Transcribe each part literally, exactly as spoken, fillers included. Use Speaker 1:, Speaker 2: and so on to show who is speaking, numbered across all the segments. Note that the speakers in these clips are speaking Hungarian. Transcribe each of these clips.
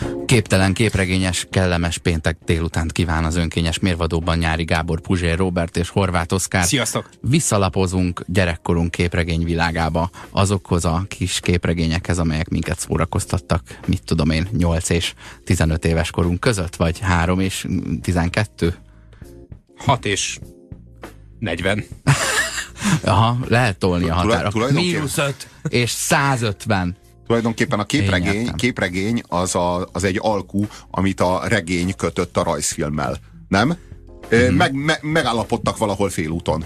Speaker 1: Képtelen, képregényes, kellemes péntek délutánt kíván az önkényes mérvadóban Nyári Gábor, Puzsér Róbert és Horváth Oszkár.
Speaker 2: Sziasztok!
Speaker 1: Visszalapozunk gyerekkorunk képregény világába, azokhoz a kis képregényekhez, amelyek minket szórakoztattak, mit tudom én, nyolc és tizenöt éves korunk között, vagy három és tizenkettő?
Speaker 2: hat és negyven.
Speaker 1: Aha, lehet tolni a határa.
Speaker 3: Mínusz öt.
Speaker 1: És százötven.
Speaker 3: Tulajdonképpen a képregény, képregény az, a, az egy alkú, amit a regény kötött a rajzfilmmel. Nem? Mm-hmm. Meg, me, megállapodtak valahol félúton.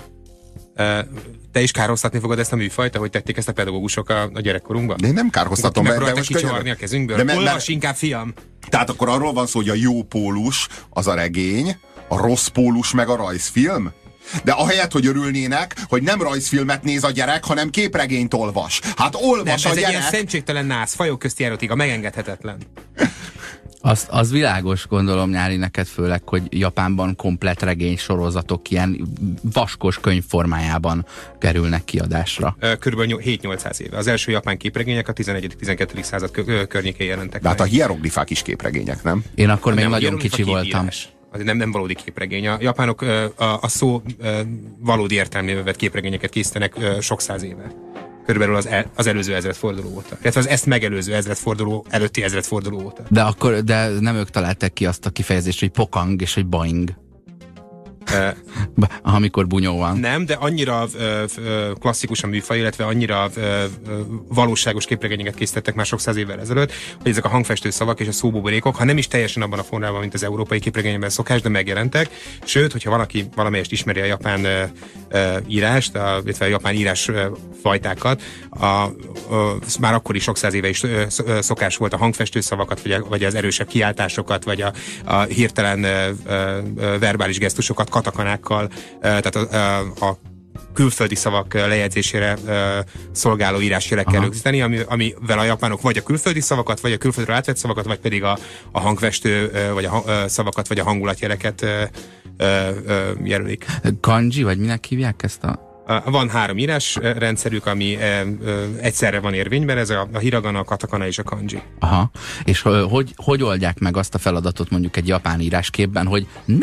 Speaker 2: Te is kárhoztatni fogod ezt a műfajt, ahogy tették ezt a pedagógusok a, a gyerekkorunkban?
Speaker 3: De én nem kárhoztatom.
Speaker 2: Meg rajta kicsavarni a kezünkből. De olvas inkább, fiam!
Speaker 3: Tehát akkor arról van szó, hogy a jó pólus az a regény, a rossz pólus meg a rajzfilm? De ahelyett, hogy örülnének, hogy nem rajzfilmet néz a gyerek, hanem képregényt olvas. Hát olvas
Speaker 2: nem,
Speaker 3: a
Speaker 2: ez
Speaker 3: gyerek!
Speaker 2: egy ilyen szentségtelen nász, fajok közti erotika, megengedhetetlen.
Speaker 1: Az, az világos, gondolom, Nyári, neked főleg, hogy Japánban komplett regény sorozatok ilyen vaskos könyv formájában kerülnek kiadásra.
Speaker 2: Körülbelül hét-nyolcszáz éve. Az első japán képregények a tizenegyedik-tizenkettedik század környékén jelentek.
Speaker 3: De hát a hieroglifák is képregények, nem?
Speaker 1: Én akkor még
Speaker 2: nem,
Speaker 1: nagyon kicsi voltam.
Speaker 2: Az nem, nem valódi képregény. A japánok a, a szó valódi értelmével vett képregényeket készítenek sok száz éve. Körülbelül az, el, az előző ezredforduló óta. Illetve az ezt megelőző ezredforduló, előtti ezredforduló óta.
Speaker 1: De akkor de nem ők találták ki azt a kifejezést, hogy pokang és hogy boing. Uh, amikor bunyó van.
Speaker 2: Nem, de annyira uh, uh, klasszikus a műfaj, illetve annyira uh, uh, valóságos képregényeket készítettek már sok száz évvel ezelőtt, hogy ezek a hangfestő szavak és a szóbuborékok, ha nem is teljesen abban a formában, mint az európai képregényben szokás, de megjelentek. Sőt, hogyha valaki valamelyest ismeri a japán uh, uh, írást, a, illetve a japán írás uh, fajtákat, a, a, már akkor is sok száz éve is uh, szokás volt a hangfestő szavakat, vagy, a, vagy az erősebb kiáltásokat, vagy a, a hirtelen uh, uh, verbális gesztusokat katakanákkal, tehát a, a, a külföldi szavak lejegyzésére szolgáló írásjelek kell rögzíteni, ami, amivel a japánok vagy a külföldi szavakat, vagy a külföldről átvett szavakat, vagy pedig a, a hangfestő, vagy a szavakat, vagy a hangulatjeleket jelölik.
Speaker 1: Kanji, vagy minek hívják ezt a...
Speaker 2: Van három írásrendszerük, ami egyszerre van érvényben, ez a, a hiragana, a katakana és a kanji.
Speaker 1: Aha. És hogy, hogy oldják meg azt a feladatot mondjuk egy japán írásképben, hogy no!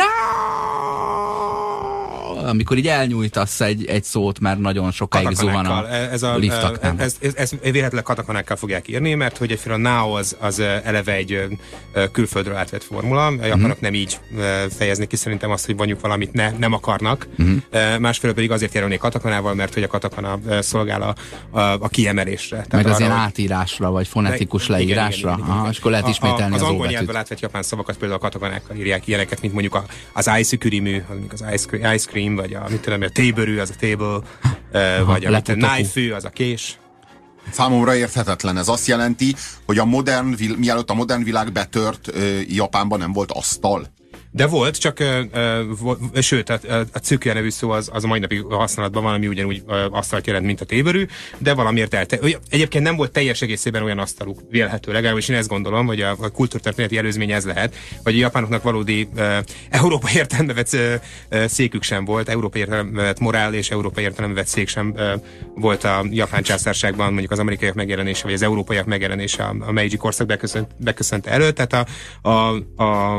Speaker 1: Amikor így elnyújtasz egy, egy szót, mert nagyon sokáig zuhan a
Speaker 2: ez a liftaknál. Ez, ez, ez véletlenül katakanákkal fogják írni, mert hogy egyféle a now az, az eleve egy külföldről átvett formula. A japanok uh-huh. nem így fejezni ki szerintem azt, hogy mondjuk valamit ne, nem akarnak. Uh-huh. Másfelől pedig azért jelölnék katakanával, mert hogy a katakana szolgál a, a, a kiemelésre. Tehát
Speaker 1: meg az
Speaker 2: arra,
Speaker 1: ilyen átírásra, vagy fonetikus de, leírásra. Igen, igen, igen, igen. És akkor lehet ismételni
Speaker 2: a,
Speaker 1: az,
Speaker 2: az
Speaker 1: az
Speaker 2: angol nyelvből átvett japán szavakat például a katakanákkal írják ilyeneket, mint mondjuk a, az ice-kürimű, az ice, ice cream, vagy a, mit tudom, a tébörű, az a table, uh, vagy a knife, az a kés.
Speaker 3: Számomra érthetetlen. Ez azt jelenti, hogy a modern, mielőtt a modern világ betört, uh, Japánban nem volt asztal.
Speaker 2: De volt, csak uh, uh, sőt, a, a cükje nevű szó az, az a mai napig használatban van, ami ugyanúgy uh, asztalt jelent, mint a tébörű, de valamiért elte. Egyébként nem volt teljes egészében olyan asztaluk, vélhetőleg, legalábbis én ezt gondolom, hogy a, a kultúrtörténeti előzmény ez lehet, hogy a japánoknak valódi uh, európai értelembe vett uh, székük sem volt, európai értelembe vett morál és európai értelembe vett szék sem uh, volt a japán császárságban, mondjuk az amerikaiak megjelenése, vagy az európaiak megjelenése a, a Meiji korszak beköszönt, beköszönte előtt, tehát a, a, a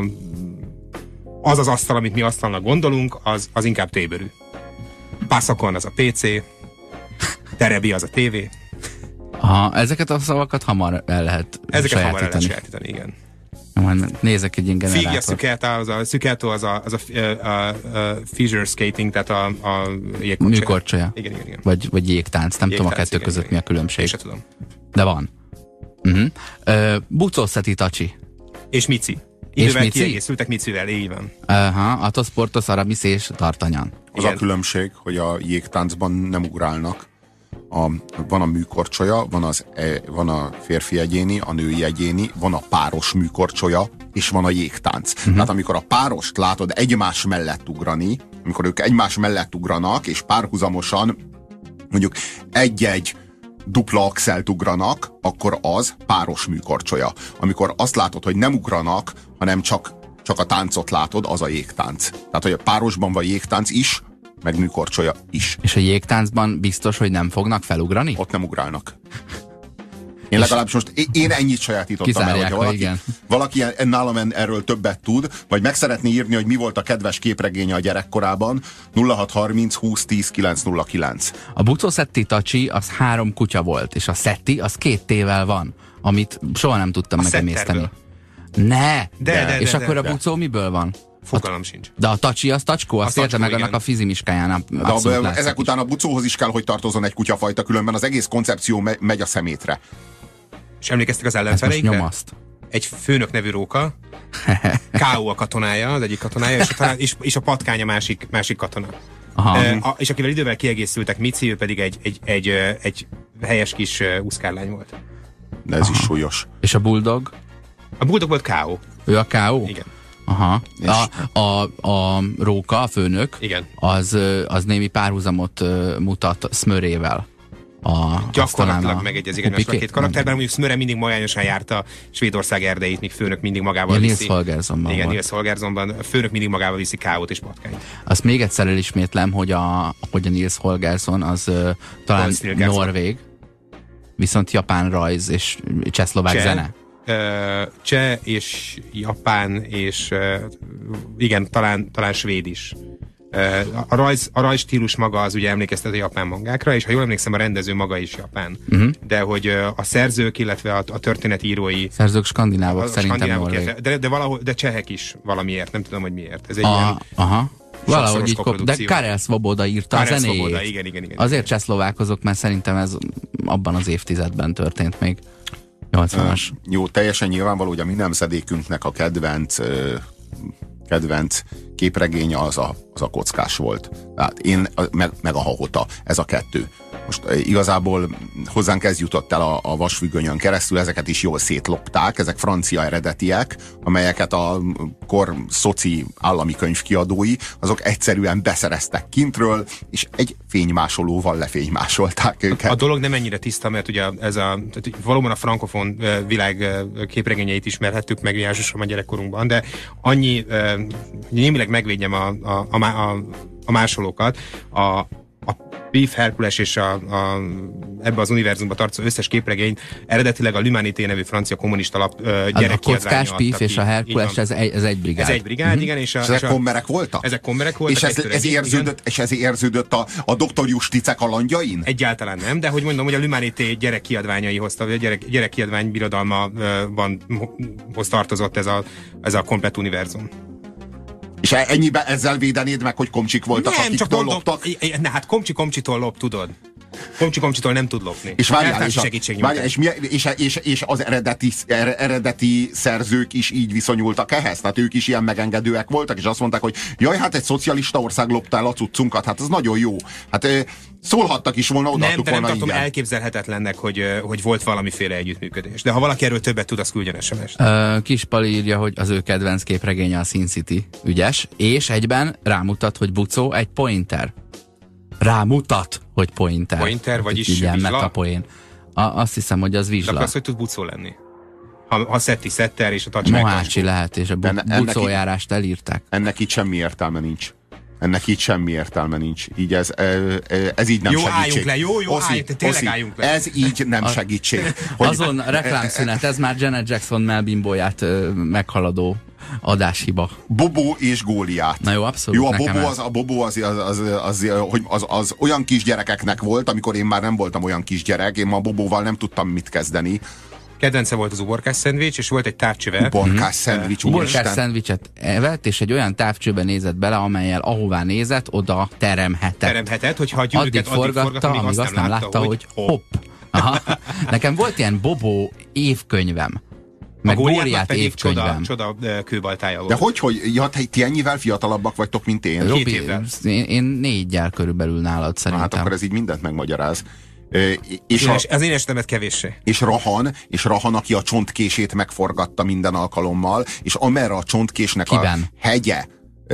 Speaker 2: az az asztal, amit mi asztalnak gondolunk, az, az inkább tébörű. Pászakon az a pé cé, terebi az a tévé.
Speaker 1: Aha, ezeket a szavakat hamar el lehet
Speaker 2: Ezeket hamar el lehet sajátítani, igen.
Speaker 1: Majd nézek egy ilyen generátort.
Speaker 2: Figja szüketa, az a szükátó, az a, az a, a, a figure skating, tehát a, a jégkorcsolya.
Speaker 1: Műkorcsolya.
Speaker 2: Igen, igen, igen.
Speaker 1: Vagy, vagy jégtánc, nem jégtánc, tudom a kettő igen, között igen, mi a különbség.
Speaker 2: Én sem tudom.
Speaker 1: De van. Uh-huh. Uh, Bucószeti Tacsi.
Speaker 2: És Mici. Idővel kiegészültek Micivel, így van.
Speaker 1: Aha, Atos Portos Aramis és D'Artagnan.
Speaker 3: Az igen. A különbség, hogy a jégtáncban nem ugrálnak. A, van a műkorcsolya, van, az, van a férfi egyéni, a női egyéni, van a páros műkorcsolya, és van a jégtánc. Uh-huh. Tehát amikor a párost látod egymás mellett ugrani, amikor ők egymás mellett ugranak, és párhuzamosan mondjuk egy-egy dupla axelt ugranak, akkor az páros műkorcsolya. Amikor azt látod, hogy nem ugranak, hanem csak, csak a táncot látod, az a jégtánc. Tehát, hogy a párosban van jégtánc is, meg műkorcsolya is.
Speaker 1: És a jégtáncban biztos, hogy nem fognak felugrani?
Speaker 3: Ott nem ugrálnak. Én legalábbis most, én ennyit sajátítottam el, hogyha valaki,
Speaker 1: igen.
Speaker 3: valaki nálam erről többet tud, vagy meg szeretné írni, hogy mi volt a kedves képregénye a gyerekkorában, nulla hat harminc húsz tíz kilenc nulla kilenc.
Speaker 1: A Bucó Szetti Tacsi az három kutya volt, és a Szetti az két tével van, amit soha nem tudtam
Speaker 2: a
Speaker 1: megemészteni. Ne!
Speaker 2: De, de, de,
Speaker 1: és
Speaker 2: de,
Speaker 1: akkor
Speaker 2: de,
Speaker 1: a Bucó miből van?
Speaker 2: Fogalmam sincs.
Speaker 1: De a Tacsi az tacskó, azt érte meg, annak a fizimiskáján.
Speaker 3: Ezek után a Bucóhoz is kell, hogy tartozzon egy kutyafajta, különben az egész koncepció me- megy a szemétre.
Speaker 2: És emlékeztek az ellenfeleikre?
Speaker 1: Nyomaszt.
Speaker 2: Egy főnök nevű róka, ká ó a katonája, az egyik katonája, és a, és, és a patkány a másik, másik katona.
Speaker 1: Aha.
Speaker 2: E, a, és akivel idővel kiegészültek Mici, ő pedig egy, egy, egy, egy helyes kis úszkárlány volt.
Speaker 3: De ez Aha. is súlyos.
Speaker 1: És a Bulldog?
Speaker 2: A Bulldog volt ká ó.
Speaker 1: Ő a ká ó?
Speaker 2: Igen.
Speaker 1: Aha. A, a, a róka, a főnök,
Speaker 2: igen.
Speaker 1: Az, az némi párhuzamot mutat Smörével. A,
Speaker 2: gyakorlatilag megegyezik egymásra a két karakterben, mondjuk Smöre mindig magányosan járta Svédország erdeit, míg főnök mindig magával
Speaker 1: ja,
Speaker 2: viszi.
Speaker 1: Nils Holgerssonban
Speaker 2: Igen,
Speaker 1: volt.
Speaker 2: Nils Holgerssonban. A főnök mindig magával viszi ká ó-t és patkányt.
Speaker 1: Azt még egyszer elismétlem, hogy a, hogy a Nils Holgersson az uh, talán norvég, viszont japán rajz és csehszlovák zene.
Speaker 2: Uh, cseh és japán és uh, igen, talán, talán svéd is. Uh, a, rajz, a rajz stílus maga az ugye emlékeztet a japán mangákra, és ha jól emlékszem, a rendező maga is japán. Uh-huh. De hogy uh, a szerzők, illetve a, a történetírói...
Speaker 1: Szerzők skandinávok,
Speaker 2: a, a
Speaker 1: szerintem norvég.
Speaker 2: De, de, valahol, de csehek is valamiért, nem tudom, hogy miért. Ez egy
Speaker 1: a,
Speaker 2: ilyen...
Speaker 1: Aha. Valahogy így kop, de Karel Svoboda írta
Speaker 2: Karel
Speaker 1: a zenéjét.
Speaker 2: Svoboda, igen, igen, igen,
Speaker 1: Azért csehszlovákozok, mert szerintem ez abban az évtizedben történt még. nyolcvanas.
Speaker 3: Uh, jó, teljesen nyilvánvaló, hogy a mi nemzedékünknek a kedvenc uh, kedvenc képregénye az a, az a Kockás volt. Tehát én, meg, meg a Hahota, ez a kettő. Most igazából hozzánk ez jutott el a, a vasfüggönyön keresztül, ezeket is jól szétlopták, ezek francia eredetiek, amelyeket a kor szoci állami könyvkiadói, azok egyszerűen beszereztek kintről, és egy fénymásolóval lefénymásolták őket.
Speaker 2: A dolog nem ennyire tiszta, mert ugye ez a, tehát valóban a frankofon világ képregényeit ismerhettük meg elsősorban a gyerekkorunkban, de annyi, némileg megvédjem a, a, a, a, a másolókat, a a Pif, Herkules és a, a, ebbe az univerzumba tartozó összes képregény eredetileg a L'Humanité nevű francia kommunista lap gyerekkiadványa.
Speaker 1: A Kockás, Pif és a Herkules, ez egy, ez egy brigád.
Speaker 2: Ez egy brigád, mm-hmm. igen. És, a,
Speaker 3: és ezek kommerek voltak?
Speaker 2: Ezek kommerek voltak.
Speaker 3: És ez, ez, érződött, és ez érződött a, a doktor Justicek a landjain?
Speaker 2: Egyáltalán nem, de hogy mondom, hogy a L'Humanité gyerekkiadványaihoz, a gyerek, gyerekkiadvány birodalmaban hoz tartozott ez a, ez a komplett univerzum.
Speaker 3: És ennyiben ezzel védenéd meg, hogy komcsik voltak,
Speaker 2: nem,
Speaker 3: akiktől
Speaker 2: csak
Speaker 3: loptak?
Speaker 2: Ne, hát komcsi komcsitól lop, tudod. Komcsi komcsitól nem tud lopni.
Speaker 3: És várjál, és, a, várjál és, és, és, és az eredeti, eredeti szerzők is így viszonyultak ehhez? Tehát ők is ilyen megengedőek voltak, és azt mondták, hogy jaj, hát egy szocialista ország lopta el a cuccunkat, hát ez nagyon jó. Hát szólhattak is volna, odaadtuk volna.
Speaker 2: Nem, de nem tartom elképzelhetetlennek, hogy, hogy volt valamiféle együttműködés. De ha valaki erről többet tud, az küldjön es em est.
Speaker 1: Uh, Kispali írja, hogy az ő kedvenc képregénye a Sin City. Ügyes. És egyben rámutat, hogy Bucó egy pointer. Rámutat, hogy pointer.
Speaker 2: Pointer, vagyis
Speaker 1: igen,
Speaker 2: vizsla?
Speaker 1: Metapoén. A, azt hiszem, hogy az vizsla.
Speaker 2: De akkor az, hogy tud Bucó lenni? Ha, ha Szetti Szetter és a Tacsi
Speaker 1: Mohácsi lehet, és a bu- bucójárást elírták.
Speaker 3: Ennek itt semmi értelme nincs. Ennek így semmi értelme nincs. Így ez, ez így nem
Speaker 2: jó,
Speaker 3: segítség.
Speaker 2: Jó, álljunk le, jó, jó,
Speaker 3: Oszi,
Speaker 2: álljunk, tényleg
Speaker 3: Oszi,
Speaker 2: álljunk le.
Speaker 3: Ez így nem segítség.
Speaker 1: Hogy azon reklámszünet, ez már Janet Jackson melbimbóját ö, meghaladó adáshiba.
Speaker 3: Bobó és Góliát.
Speaker 1: Na jó, abszolút.
Speaker 3: Jó, a Bobó, az, a Bobó az, az, az, az, hogy az, az olyan kisgyerekeknek volt, amikor én már nem voltam olyan kisgyerek, én ma a Bobóval nem tudtam mit kezdeni.
Speaker 2: Kedvence volt az uborkás szendvics, és volt egy távcsöve.
Speaker 3: Uborkás mm-hmm. szendvics,
Speaker 1: Uborkás szendvicset evett, és egy olyan távcsőbe nézett bele, amellyel ahová nézett, oda teremhetett.
Speaker 2: Teremhetett, hogyha a gyűrűket
Speaker 1: addig forgatta, amíg azt, azt nem látta, látta hogy hopp. hopp. Aha. Nekem volt ilyen Bobó évkönyvem. Meg Góliát évkönyvem.
Speaker 2: Csoda, csoda kőbaltája volt.
Speaker 3: De hogy, hogy ja, ti ennyivel fiatalabbak vagytok, mint én?
Speaker 1: Robi, én, én négyel körülbelül nálad szerintem.
Speaker 3: Hát akkor ez így mindent megmagyaráz.
Speaker 2: És én, a, az én esetemet kevéssé.
Speaker 3: És Rahan, és Rahan, aki a csontkését megforgatta minden alkalommal, és amerre a csontkésnek
Speaker 1: Kiben?
Speaker 3: a hegye,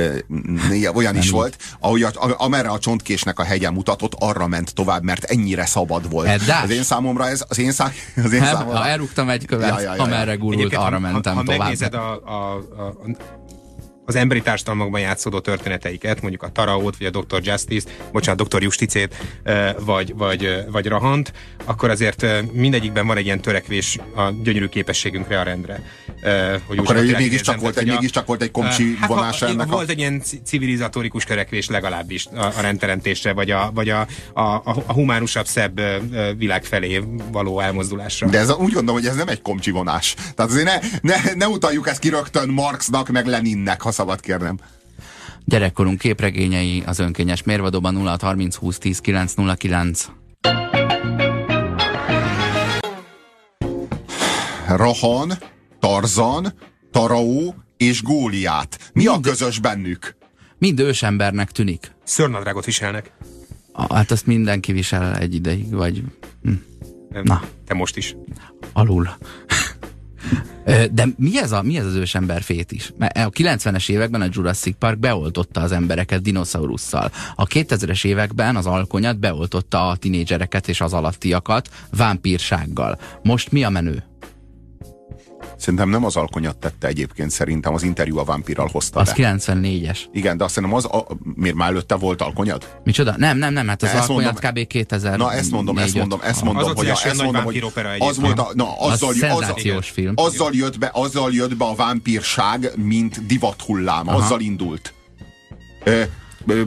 Speaker 3: olyan is volt, ahogy a, a, amerre a csontkésnek a hegye mutatott, arra ment tovább, mert ennyire szabad volt.
Speaker 1: Eddás?
Speaker 3: Az én számomra ez, az én, szám, az én számomra...
Speaker 1: Ha elrúgtam egy követ, ja, ja, ja, amerre gurult, arra
Speaker 2: ha,
Speaker 1: mentem
Speaker 2: ha,
Speaker 1: tovább.
Speaker 2: Ha megnézed a, a, a, az emberi társadalmakban játszódó történeteiket, mondjuk a Taraót, vagy a doktor Justice-t, bocsánat, doktor Justicét, vagy, vagy, vagy Rahant, akkor azért mindegyikben van egy ilyen törekvés a gyönyörű képességünkre, a rendre.
Speaker 3: Hogy akkor egy mégiscsak volt, egy, mégiscsak volt egy komcsi hát, vonása ennek
Speaker 2: volt a... egy ilyen civilizatórikus törekvés legalábbis a, a rendteremtésre, vagy, a, vagy a, a, a humánusabb, szebb világ felé való elmozdulásra.
Speaker 3: De ez a, úgy gondolom, hogy ez nem egy komcsi vonás. Tehát azért ne, ne, ne utaljuk ezt ki rögtön Marxnak, meg Leninnek, ha szabad kérnem.
Speaker 1: Gyerekkorunk képregényei az önkényes mérvadóban nulla harminc húsz tíz kilenc nulla kilenc.
Speaker 3: Rahan, Tarzan, Taraó és Góliát. Mi mind, a közös bennük?
Speaker 1: Mind ősembernek tűnik.
Speaker 2: Szőrnadrágot viselnek.
Speaker 1: A, hát azt mindenki visel egy ideig, vagy... Hm. Na.
Speaker 2: Te most is.
Speaker 1: Alul. De mi ez, a, mi ez az ősember fétis? Mert a kilencvenes években a Jurassic Park beoltotta az embereket dinoszaurusszal. A kétezres években az alkonyat beoltotta a tinédzsereket és az alattiakat vámpírsággal. Most mi a menő?
Speaker 3: Szerintem nem az alkonyat tette egyébként, szerintem az Interjú a vámpírral hozta
Speaker 1: az
Speaker 3: be.
Speaker 1: kilencvennégyes.
Speaker 3: Igen, de azt szerintem az, a, miért már előtte volt alkonyat?
Speaker 1: Micsoda? Nem, nem, nem, hát az alkonyat kb. kétezer.
Speaker 3: Na ezt mondom, ezt mondom, ezt mondom,
Speaker 2: az
Speaker 3: hogy
Speaker 2: az
Speaker 3: ezt mondom, hogy az volt a, na, azzal,
Speaker 1: az szenzációs
Speaker 3: azzal,
Speaker 1: film.
Speaker 3: Azzal jött, be, azzal jött be a vámpírság, mint divathullám, aha, azzal indult. Ö, ö,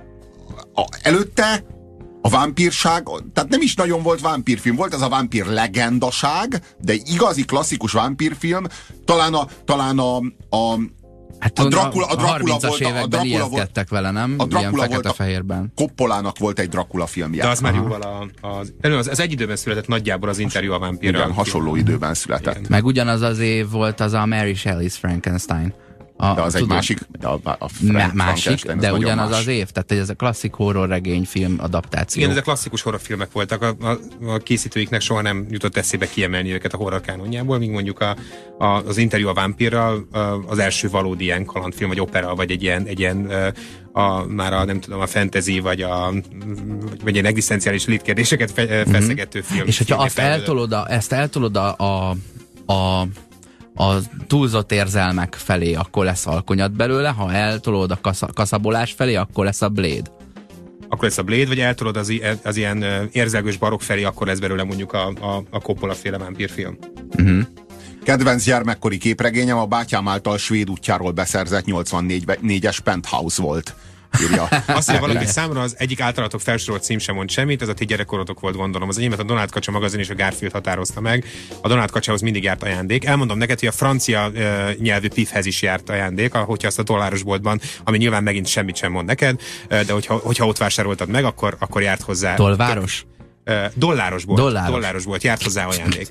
Speaker 3: a, előtte a vámpírság, tehát nem is nagyon volt vámpírfilm, volt ez a vámpír legendaság, de igazi klasszikus vámpírfilm, talán a, talán a, a
Speaker 1: Hát
Speaker 3: a Dracula, a Dracula
Speaker 1: harmincas
Speaker 3: volt,
Speaker 1: években
Speaker 3: a Dracula
Speaker 1: ijesztgettek vele, nem?
Speaker 3: A Dracula
Speaker 1: ilyen
Speaker 3: fekete-fehérben. Coppolának volt egy Dracula filmje.
Speaker 2: De az már jóval a, az, az, az egy időben született nagyjából az Interjú a vámpírral.
Speaker 3: Igen, hasonló időben született.
Speaker 1: Igen. Meg ugyanaz az év volt az a Mary Shelley's Frankenstein. A,
Speaker 3: de az tudom, egy másik, de a, a Frank,
Speaker 1: másik, de ugyanaz más. Az év, tehát ez a klasszik horror regényfilm adaptáció.
Speaker 2: Igen, ezek klasszikus horrorfilmek voltak, a, a, a készítőiknek soha nem jutott eszébe kiemelni őket a horror kánonjából, míg mondjuk a, a, az Interjú a vámpírral az első valódi ilyen kalandfilm, vagy opera, vagy egy ilyen, egy ilyen a, már a, nem tudom, a fantasy, vagy a vagy ilyen egzisztenciális létkérdéseket fe, feszegető mm-hmm. film.
Speaker 1: És hogyha azt eltolod a, ezt eltolod a, a, a a túlzott érzelmek felé, akkor lesz alkonyat belőle, ha eltolod a kasza, kaszabolás felé, akkor lesz a Blade.
Speaker 2: Akkor lesz a Blade, vagy eltolod az, az ilyen érzelgős barokk felé, akkor lesz belőle mondjuk a, a, a Coppola féle vámpírfilm.
Speaker 1: Uh-huh.
Speaker 3: Kedvenc gyermekkori képregényem a bátyám által svéd útjáról beszerzett nyolcvannégyes Penthouse volt. Írja.
Speaker 2: Azt, hogy valaki számra az egyik általatok felsorolt cím sem mond semmit, ez a ti gyerekkorotok volt, gondolom. Az enyémet a Donald Kacsa magazin és a Garfield határozta meg. A Donald Kacsához mindig járt ajándék. Elmondom neked, hogy a francia uh, nyelvű Pifhez is járt ajándék, hogyha azt a dollárosboltban, ami nyilván megint semmit sem mond neked, uh, de hogyha, hogyha ott vásároltad meg, akkor, akkor járt hozzá.
Speaker 1: Tolváros?
Speaker 2: Uh, dolláros volt.
Speaker 1: Dolláros.
Speaker 2: Dolláros volt, járt hozzá ajándék.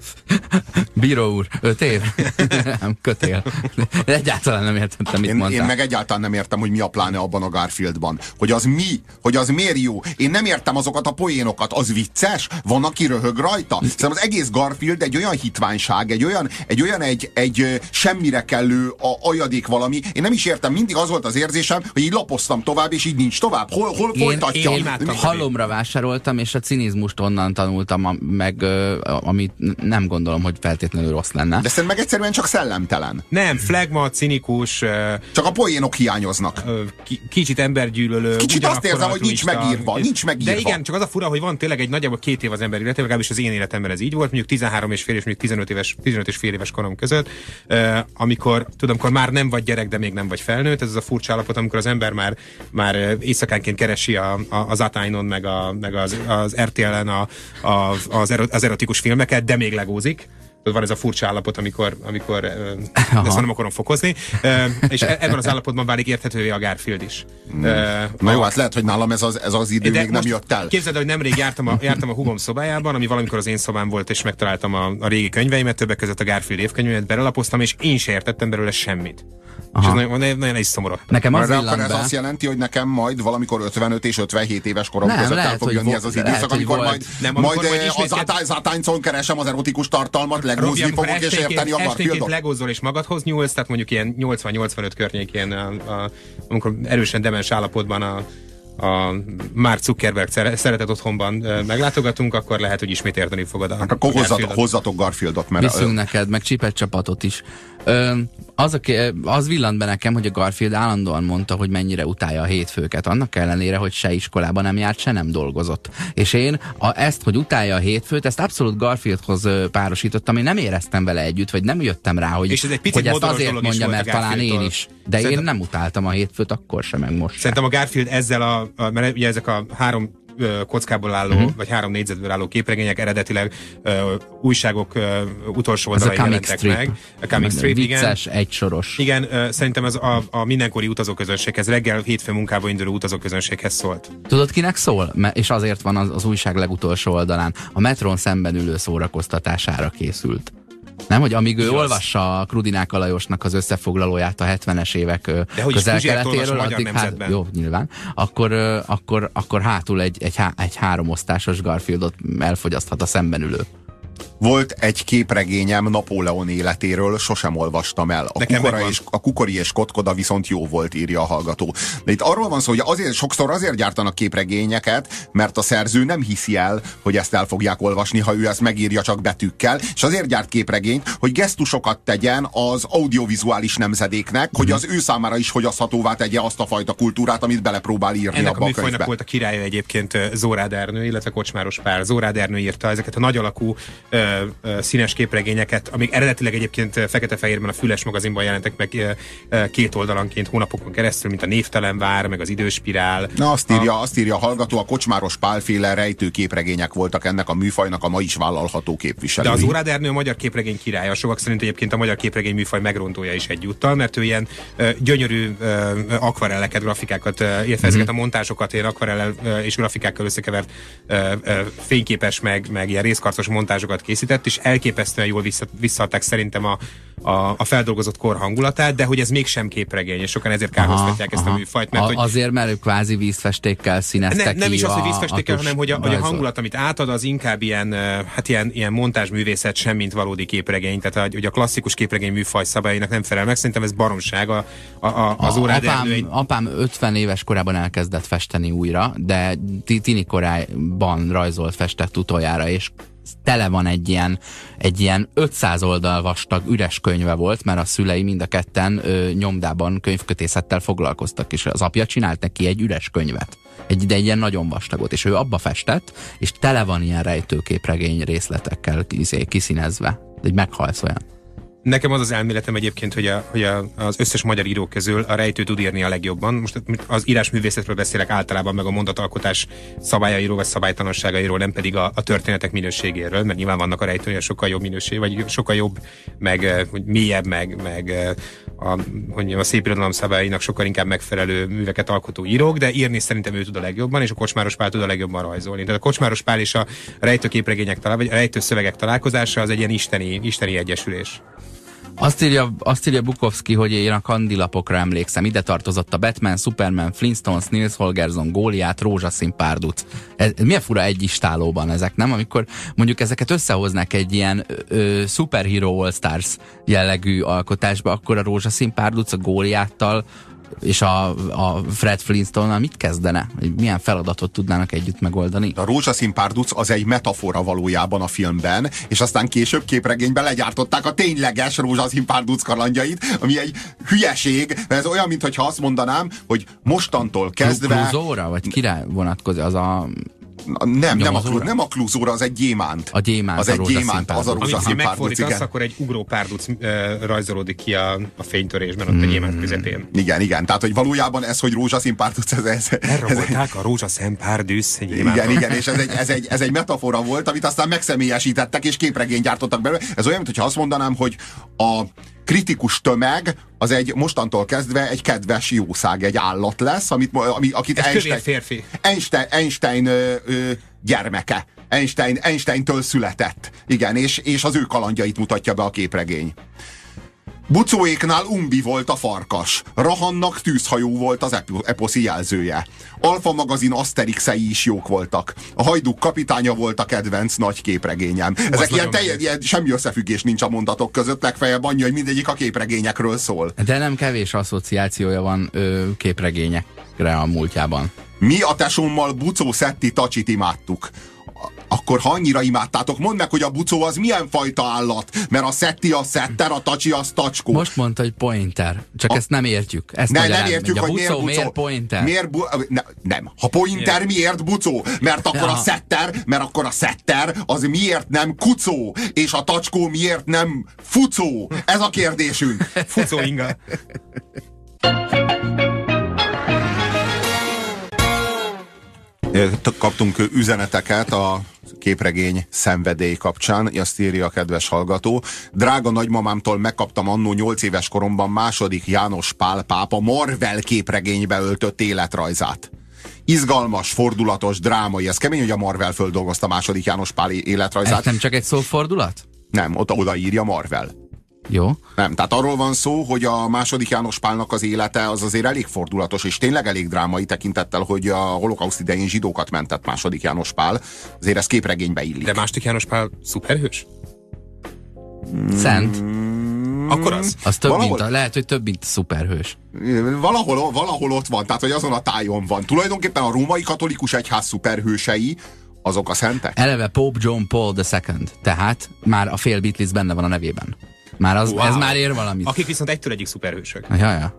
Speaker 1: Bíró úr, öt év? Nem, kötél. Egyáltalán nem értettem, mit
Speaker 3: én,
Speaker 1: mondtál.
Speaker 3: Én meg egyáltalán nem értem, hogy mi a pláne abban a Garfieldban. Hogy az mi? Hogy az miért jó? Én nem értem azokat a poénokat. Az vicces? Van, aki röhög rajta? Szerintem az egész Garfield egy olyan hitványság, egy olyan egy, olyan egy, egy semmire kellő a, ajadék valami. Én nem is értem, mindig az volt az érzésem, hogy így lapoztam tovább, és így nincs tovább. Hol, hol
Speaker 1: én,
Speaker 3: folytatja?
Speaker 1: Én halomra vásároltam, és a cinizmust onnan tanultam, meg amit nem gondolom, hogy feltétlenül rossz lenne.
Speaker 3: De szerintem meg egyszerűen csak szellemtelen.
Speaker 2: Nem, flagma, cinikus.
Speaker 3: Csak a poénok hiányoznak.
Speaker 2: Kicsit embergyűlölő.
Speaker 3: Kicsit azt érzem, hogy nincs megírva, nincs megírva.
Speaker 2: De igen, csak az a fura, hogy van tényleg egy nagyjából két év az ember életében, legalábbis az én életemben ez így volt, mondjuk tizenhárom és fél és mondjuk tizenöt éves, tizenöt és fél éves korom között, amikor, tudom, amikor már nem vagy gyerek, de még nem vagy felnőtt, ez az a furcsa állapot, amikor az ember már, már éjszakánként keresi a, a, az Atainon, meg, a, meg az, az er té el-en a, a, az, az erotikus filmeket, de még legózik. Van ez a furcsa állapot, amikor, amikor ezt nem akarom fokozni, és ebben az állapotban válik érthetővé a Garfield is.
Speaker 3: Mm. Na jó, hát lehet, hogy nálam ez az, ez az idő de még nem jött el.
Speaker 2: Képzeld, hogy nemrég jártam a, jártam a húgom szobájában, ami valamikor az én szobám volt, és megtaláltam a, a régi könyveimet, többek között a Garfield évkönyvemet, belelapoztam, és én se értettem belőle semmit. Aha. És ez nagyon, nagyon, nagyon is szomorodtam.
Speaker 1: Nekem az
Speaker 3: akkor ez azt jelenti, hogy nekem majd valamikor ötvenöt és ötvenhét éves korom nem, között el fog jönni ez az időszak, amikor majd, nem, majd, majd az Atánycon keresem az erotikus tartalmat, legózni fogok és érteni a Garfieldot.
Speaker 2: Esténként legózol és magadhoz nyúlsz, tehát mondjuk ilyen nyolcvan nyolcvanöt környékén, a, a, amikor erősen demens állapotban a a Mark Zuckerberg szeretett otthonban meglátogatunk, akkor lehet, hogy ismét érteni fogod a,
Speaker 3: hát akkor hozzatok, hozzatok Garfieldot.
Speaker 1: Mert viszünk neked, meg csipet csapatot is. Ö, az, a, az villant be nekem, hogy a Garfield állandóan mondta, hogy mennyire utálja a hétfőket, annak ellenére, hogy se iskolában nem járt, se nem dolgozott. És én a, ezt, hogy utálja a hétfőt, ezt abszolút Garfieldhoz párosítottam, én nem éreztem vele együtt, vagy nem jöttem rá, hogy,
Speaker 2: és ez egy
Speaker 1: hogy ezt azért mondja, mert talán én is. De szerintem, én nem utáltam a hétfőt akkor sem, meg most
Speaker 2: Szerintem a Garfield ezzel a, a mert ugye ezek a három kockából álló, uh-huh. vagy három négyzetből álló képregények eredetileg uh, újságok uh, utolsó oldalai jelentek strip. meg. A Comic Strip,
Speaker 1: vicces,
Speaker 2: igen.
Speaker 1: egysoros.
Speaker 2: Igen, uh, szerintem ez a, a mindenkori utazóközönséghez, reggel hétfő munkába induló utazóközönséghez szólt.
Speaker 1: Tudod, kinek szól? És azért van az, az újság legutolsó oldalán. A metrón szemben ülő szórakoztatására készült. Nem, hogy amíg ő igaz. olvassa a Krudinák Alajosnak az összefoglalóját a hetvenes évek közel-keletéről, addig hát, jó, nyilván, akkor, akkor, akkor hátul egy, egy, egy háromosztásos Garfieldot elfogyaszthat a szemben ülő.
Speaker 3: Volt egy képregényem Napóleon életéről, sosem olvastam el. A, kukora és, a Kukori és Kotkoda viszont jó volt, írja a hallgató. De itt arról van szó, hogy azért, sokszor azért gyártanak képregényeket, mert a szerző nem hiszi el, hogy ezt el fogják olvasni, ha ő ezt megírja csak betűkkel, és azért gyárt képregényt, hogy gesztusokat tegyen az audiovizuális nemzedéknek, mm-hmm. hogy az ő számára is fogyaszthatóvá tegye azt a fajta kultúrát, amit belepróbál írni
Speaker 2: ennek
Speaker 3: abba a,
Speaker 2: a műfajnak volt a királya egyébként Zórád Ernő, illetve Kocsmáros Pál. Zórád Ernő írta ezeket a nagy alakú ö, ö, színes képregényeket, amik eredetileg egyébként fekete-fehérben a Füles magazinban jelentek meg két oldalanként hónapokon keresztül, mint a Névtelen vár, meg az Időspirál.
Speaker 3: Na azt írja, a... azt írja a hallgató, a Kocsmáros Pál-féle rejtő képregények voltak ennek a műfajnak a ma is vállalható képviselői.
Speaker 2: De az Órád Ernő a magyar képregény királya, sokak szerint egyébként a magyar képregény műfaj megrontója is egyúttal, mert ő ilyen ö, gyönyörű ö, akvarelleket, grafikákat, illetve mm-hmm. ezeket a montázsokat ilyen akvarellel és grafikákkal összekevert ö, ö, fényképes, meg, meg ilyen részkarcos montázsokat készített, és elképesztően jól vissza, visszaadták szerintem a, a, a feldolgozott kor hangulatát, de hogy ez mégsem képregény, és sokan ezért kárhoztatják ezt aha. a műfajt. Mert,
Speaker 1: a,
Speaker 2: hogy
Speaker 1: azért, mert ők kvázi vízfestékkel színeztek
Speaker 2: ne, nem
Speaker 1: ki
Speaker 2: is az, hogy vízfestékkel,
Speaker 1: a
Speaker 2: hanem hogy a, hogy a hangulat, amit átad, az inkább ilyen, hát ilyen, ilyen montázsművészet sem, mint valódi képregény. Tehát hogy a klasszikus képregény műfaj szabályainak nem felel meg. Szerintem ez baromság. A, a, a, az a, Órád
Speaker 1: apám,
Speaker 2: Ernő...
Speaker 1: apám ötven éves korában elkezdett festeni újra, de tini korában rajzolt, festett utoljára, és tele van egy ilyen, egy ilyen ötszáz oldal vastag üres könyve volt, mert a szülei mind a ketten ö, nyomdában könyvkötészettel foglalkoztak, és az apja csinált neki egy üres könyvet. Egy, de egy ilyen nagyon vastagot, és ő abba festett, és tele van ilyen rejtőképregény részletekkel kiszínezve. Egy meghalsz olyan.
Speaker 2: Nekem az az elméletem egyébként, hogy, a, hogy a, az összes magyar író közül a rejtő tud írni a legjobban. Most az írásművészetről beszélek általában, meg a mondatalkotás szabályairól, vagy szabálytalanságairól, nem pedig a, a történetek minőségéről, mert nyilván vannak a rejtőnél sokkal jobb minőség, vagy sokkal jobb, meg hogy mélyebb, meg, meg a, hogy mondjam, a szép irodalom szabályainak sokkal inkább megfelelő műveket alkotó írók, de írni szerintem ő tud a legjobban, és a Kocsmáros Pál tud a legjobban rajzolni. Tehát a Kocsmáros Pál és a rejtőképregények talál, vagy a rejtőszövegek találkozása az egy ilyen isteni, isteni egyesülés.
Speaker 1: Azt írja, azt írja Bukowski, hogy én a kandilapokra emlékszem. Ide tartozott a Batman, Superman, Flintstones, Nils Holgersson, Góliát, Rózsaszín párduc. Ez, milyen fura egy istálóban ezek, nem? Amikor mondjuk ezeket összehoznak egy ilyen ö, Superhero All Stars jellegű alkotásba, akkor a Rózsaszín párduc a Góliáttal és a, a Fred Flintstone-nal mit kezdene? Milyen feladatot tudnának együtt megoldani?
Speaker 3: A Rózsaszín párduc az egy metafora valójában a filmben, és aztán később képregényben legyártották a tényleges Rózsaszín párduc kalandjait, ami egy hülyeség, mert ez olyan, mintha azt mondanám, hogy mostantól kezdve...
Speaker 1: Kluzóra? Vagy király vonatkozik? Az a...
Speaker 3: Nem, nem a, nem a klúzóra, az egy gyémánt.
Speaker 1: A gyémánt,
Speaker 3: az
Speaker 1: a
Speaker 3: egy gyémánt, az a rózsaszín párduc, igen.
Speaker 2: Akkor egy ugró párduc uh, rajzolódik ki a, a fénytörésben, ott mm. a gyémánt közepén.
Speaker 3: Igen, igen, tehát hogy valójában ez, hogy rózsaszín párduc, ez... ez
Speaker 2: Elrabolták a rózsaszín párduc gyémántot.
Speaker 3: Igen, igen, és ez egy, ez, egy, ez egy metafora volt, amit aztán megszemélyesítettek, és képregényt gyártottak belőle. Ez olyan, mintha azt mondanám, hogy a kritikus tömeg az egy mostantól kezdve egy kedves jószág, egy állat lesz, amit, ami, akit
Speaker 2: ez
Speaker 3: Einstein,
Speaker 2: férfi.
Speaker 3: Einstein, Einstein ö, ö, gyermeke. Einstein, Einsteintől született. Igen, és, és az ő kalandjait mutatja be a képregény. Bucóéknál Umbi volt a farkas. Rahannak tűzhajó volt az eposzi jelzője. Alfa magazin Asterixei is jók voltak. A Hajduk kapitánya volt a kedvenc nagy képregényem. Hú, ezek ilyen, telj, ilyen semmi összefüggés nincs a mondatok között, legfeljebb annyi, hogy mindegyik a képregényekről szól.
Speaker 1: De nem kevés asszociációja van ö, képregényekre a múltjában.
Speaker 3: Mi a tesómmal Bucó Szetti Tacsit imádtuk. Akkor ha annyira imádtátok, mondd meg, hogy a Bucó az milyen fajta állat, mert a Szetti a Szetter, a Tacsi az Tacskó.
Speaker 1: Most mondta, hogy pointer. Csak a... ezt nem értjük. Ezt
Speaker 3: ne, nem értjük, hogy miért Bucó.
Speaker 1: Miért pointer?
Speaker 3: Miért bu... ne, nem. Ha pointer, miért Bucó? Mert akkor ja. a Szetter, mert akkor a Szetter az miért nem Kucó? És a Tacskó miért nem Fucó? Ez a kérdésünk.
Speaker 2: Fucó inga.
Speaker 3: Kaptunk üzeneteket a képregény szenvedély kapcsán, azt írja a kedves hallgató. Drága nagymamámtól megkaptam annó nyolc éves koromban második János Pál pápa Marvel képregénybe öltött életrajzát. Izgalmas, fordulatos, drámai. Ez kemény, hogy a Marvel földolgozta második János Pál életrajzát.
Speaker 1: Ez nem csak egy szófordulat?
Speaker 3: Nem, oda, oda írja Marvel.
Speaker 1: Jó.
Speaker 3: Nem, tehát arról van szó, hogy a második János Pálnak az élete az azért elég fordulatos, és tényleg elég drámai tekintettel, hogy a holokauszt idején zsidókat mentett második János Pál. Azért ez képregénybe illik.
Speaker 2: De második János Pál szuperhős?
Speaker 1: Szent.
Speaker 2: Akkor az?
Speaker 1: Az több, valahol, mint a, lehet, hogy több, mint a szuperhős.
Speaker 3: Valahol, valahol ott van, tehát hogy azon a tájon van. Tulajdonképpen a római katolikus egyház szuperhősei azok a szentek.
Speaker 1: Eleve Pope John Paul the Second, tehát már a fél Beatles benne van a nevében. Már az, wow. Ez már ér valamit.
Speaker 2: Akik viszont egytől egyik szuperhősök.
Speaker 1: Ja, ja.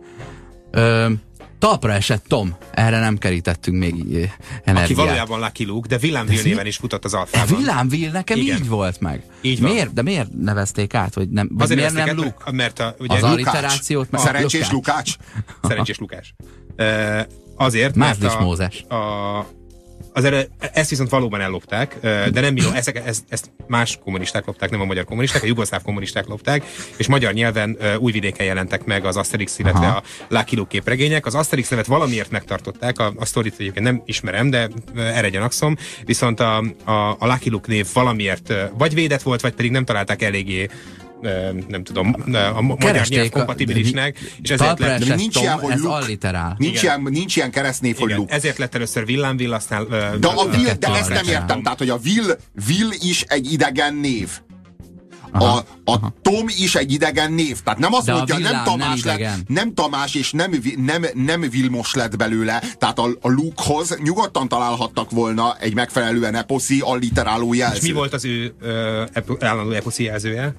Speaker 1: Ö, talpra esett Tom. Erre nem kerítettünk még energiát.
Speaker 2: Aki valójában Lucky Luke, de Willem Will néven is futott az Alfában.
Speaker 1: Willem Will nekem igen. Így volt meg.
Speaker 2: Így
Speaker 1: miért? De miért nevezték át? Vagy nem, vagy miért nem Luke?
Speaker 2: Át, mert a, ugye,
Speaker 1: az alliterációt...
Speaker 3: Meg... Szerencsés Lukács.
Speaker 2: Szerencsés Lukács. Uh, azért,
Speaker 1: Mázdis
Speaker 2: mert a,
Speaker 1: Mózes.
Speaker 2: A, azért ezt viszont valóban ellopták, de nem mi, ezt, ezt, ezt más kommunisták lopták, nem a magyar kommunisták, a jugoszláv kommunisták lopták, és magyar nyelven Újvidéken jelentek meg az Asterix, illetve Aha. a Lucky Luke képregények. Az Asterix nevet valamiért megtartották, a, a sztorit egyébként nem ismerem, de erre gyanakszom, viszont a, a, a Lucky Luke név valamiért vagy védett volt, vagy pedig nem találták eléggé nem tudom, a magyar nyelv kompatibilisnek, és ezért lett,
Speaker 3: de nincs ilyen, hogy
Speaker 1: ez
Speaker 3: Luke,
Speaker 1: alliterál.
Speaker 3: Nincs ilyen, nincs ilyen keresztnév, hogy Luke.
Speaker 2: Ezért lett először Willem Will, aztán... Uh,
Speaker 3: de a Will, de ezt nem értem, tehát, hogy a Will, Will is egy idegen név. Aha, a, a Tom is egy idegen név. Tehát nem azt
Speaker 1: de
Speaker 3: mondja, nem Tamás,
Speaker 1: nem,
Speaker 3: lett, nem Tamás és nem, nem, nem Vilmos lett belőle. Tehát a, a Lukehoz nyugodtan találhattak volna egy megfelelően eposzi, alliteráló jelzőt.
Speaker 2: És mi volt az ő uh, állandó eposzi jelzője?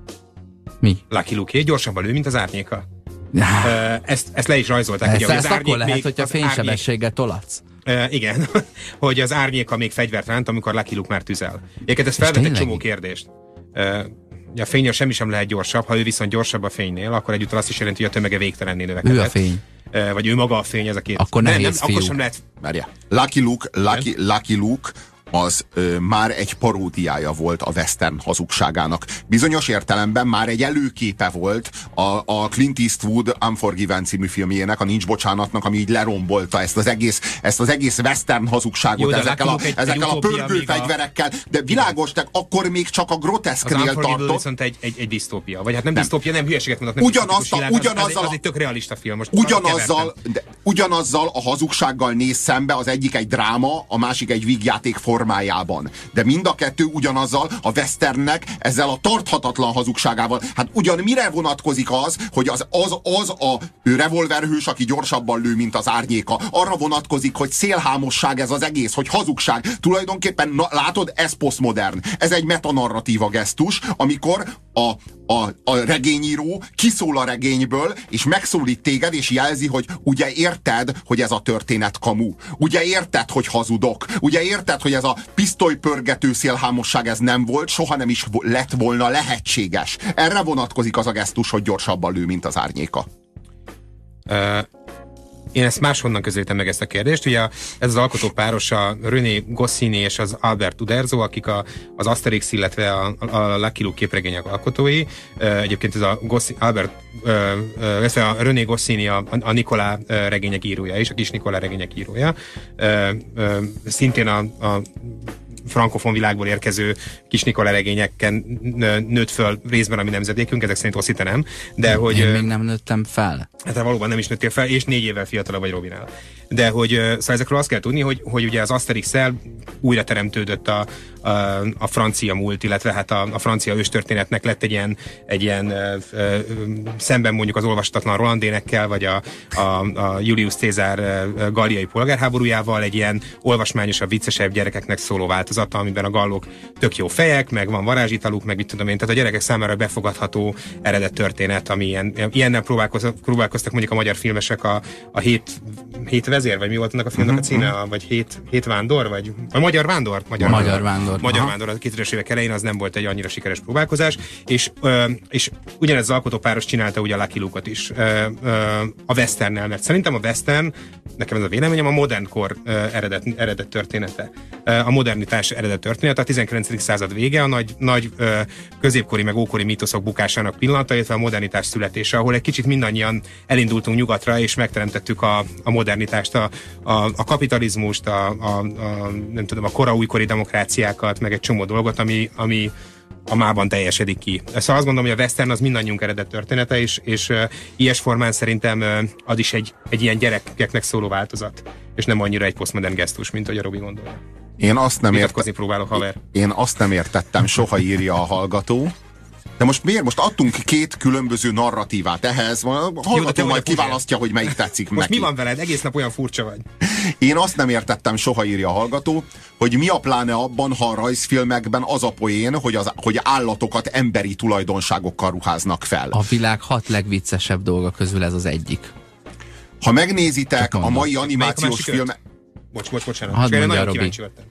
Speaker 1: Mi?
Speaker 2: Lucky Luke-é, gyorsabban lő, mint az árnyéka.
Speaker 1: Ja.
Speaker 2: Uh, ezt, ezt le is rajzolták.
Speaker 1: Ezt,
Speaker 2: ugye,
Speaker 1: ezt akkor lehet, hogyha fénysebességgel tolatsz.
Speaker 2: Uh, igen, hogy az árnyéka még fegyvert ránt, amikor Lucky Luke már tüzel. Egyébként ez felvet egy csomó kérdést. Uh, a fénynél semmi sem lehet gyorsabb, ha ő viszont gyorsabb a fénynél, akkor egyúttal azt is jelenti, hogy a tömege végtelenné növekedett.
Speaker 1: Ő a fény.
Speaker 2: Uh, vagy ő maga a fény, ez a két.
Speaker 1: Akkor nehéz nem, nem,
Speaker 2: akkor sem lehet...
Speaker 3: Várja. Lucky Luke, Lucky, Lucky Luke az ö, már egy paródiája volt a western hazugságának. Bizonyos értelemben már egy előképe volt a, a Clint Eastwood Unforgiven című filmjének, a Nincs bocsánatnak, ami így lerombolta ezt az egész, ezt az egész western hazugságot. Jó, ezekkel a, egy, ezekkel egy a pörgő fegyverekkel, de világos, de akkor még csak a groteszknél tartott.
Speaker 2: Viszont egy, egy, egy disztópia. Vagy hát nem, nem. disztópia, nem hülyeséget mondok. Nem
Speaker 3: ugyanazzal,
Speaker 2: világ, ugyanazzal, az, az, az egy tök realista film. Most
Speaker 3: ugyanazzal, de, ugyanazzal a hazugsággal néz szembe, az egyik egy dráma, a másik egy vígjáték formájában. De mind a kettő ugyanazzal a westernnek, ezzel a tarthatatlan hazugságával. Hát ugyan mire vonatkozik az, hogy az az, az a revolverhős, aki gyorsabban lő, mint az árnyéka. Arra vonatkozik, hogy szélhámosság ez az egész, hogy hazugság. Tulajdonképpen, na, látod, ez posztmodern. Ez egy metanarratíva gesztus, amikor a, a, a regényíró kiszól a regényből, és megszólít téged, és jelzi, hogy ugye érted, hogy ez a történet kamu. Ugye érted, hogy hazudok. Ugye érted, hogy ez a pisztolypörgető szélhámosság ez nem volt, soha nem is lett volna lehetséges. Erre vonatkozik az a gesztus, hogy gyorsabban lő, mint az árnyéka.
Speaker 2: Uh... Én ezt máshonnan közelítem meg ezt a kérdést. Ugye ez az alkotópáros a René Goscinny és az Albert Uderzo, akik a, az Asterix, illetve a, a Lucky Luke képregények alkotói. Egyébként ez a Goscinny, Albert, illetve a René Goscinny a, a Nikolá regények írója is, a kis Nikolá regények írója. Szintén a, a frankofon világból érkező kis Nikolá regényeken nőtt föl részben a mi nemzedékünk, ezek szerint Oszite nem, de
Speaker 1: én
Speaker 2: hogy...
Speaker 1: Én még nem nőttem fel.
Speaker 2: Hát valóban nem is nőttél fel, és négy évvel fiatalabb vagy Robinál. De hogy, szóval ezekről azt kell tudni, hogy, hogy ugye az Asterix-el újra teremtődött a, a, a francia múlt, illetve hát a, a francia őstörténetnek lett egy ilyen, egy ilyen ö, ö, szemben mondjuk az olvastatlan Rolandénekkel, vagy a, a, a Julius Cézár galliai polgárháborújával egy ilyen olvasmányosabb, viccesebb gyerekeknek szóló változata, amiben a gallok tök jó fejek, meg van varázsitaluk, meg mit tudom én, tehát a gyerekek számára befogadható eredet történet, ami ilyen, ilyennel próbálkoztak, próbálkoztak mondjuk a magyar filmesek a, a hét, hét vezér, vagy mi volt annak a filmnek uh-huh, a címe, uh-huh. vagy hét, hét vándor, vagy a Magyar Vándor? Magyar,
Speaker 1: magyar Vándor.
Speaker 2: Magyar Vándor a kétezres évek elején, az nem volt egy annyira sikeres próbálkozás, és, ö, és ugyanez az alkotópáros csinálta ugye a Lucky Luke-ot is ö, ö, a westernnel, mert szerintem a western, nekem ez a véleményem, a modern kor ö, eredet, eredet története. Ö, a modernitás eredet története, a tizenkilencedik század vége, a nagy, nagy ö, középkori meg ókori mítoszok bukásának pillanata, illetve a modernitás születése, ahol egy kicsit mindannyian elindultunk nyugatra, és megteremtettük a, a modernitást, a, a, a kapitalizmust, a, a, a, nem tudom, a kora újkori demokráciákat, meg egy csomó dolgot, ami, ami a mában teljesedik ki. Szóval azt gondolom, hogy a western az mindannyiunk eredet története, és, és uh, ilyes formán szerintem uh, az is egy, egy ilyen gyerekeknek szóló változat, és nem annyira egy posztmodern gesztus, mint ahogy a Robi gondolja.
Speaker 3: Én azt nem
Speaker 2: értettem. próbálok, haver.
Speaker 3: Én azt nem értettem, soha írja a hallgató. De most miért? Most adtunk két különböző narratívát ehhez. A hallgató Jó, majd kiválasztja, hogy melyik tetszik
Speaker 2: most
Speaker 3: neki.
Speaker 2: Mi van veled? Egész nap olyan furcsa vagy.
Speaker 3: Én azt nem értettem, soha írja a hallgató, hogy mi a pláne abban, ha a rajzfilmekben az a poén, hogy, az, hogy állatokat emberi tulajdonságokkal ruháznak fel.
Speaker 1: A világ hat legviccesebb dolga közül ez az egyik.
Speaker 3: Ha megnézitek a mai animációs filmek...
Speaker 2: Bocs, bocs, bocsánat.
Speaker 1: Hadd mondja,
Speaker 2: nagyon
Speaker 1: Robi.
Speaker 2: kíváncsi lettem.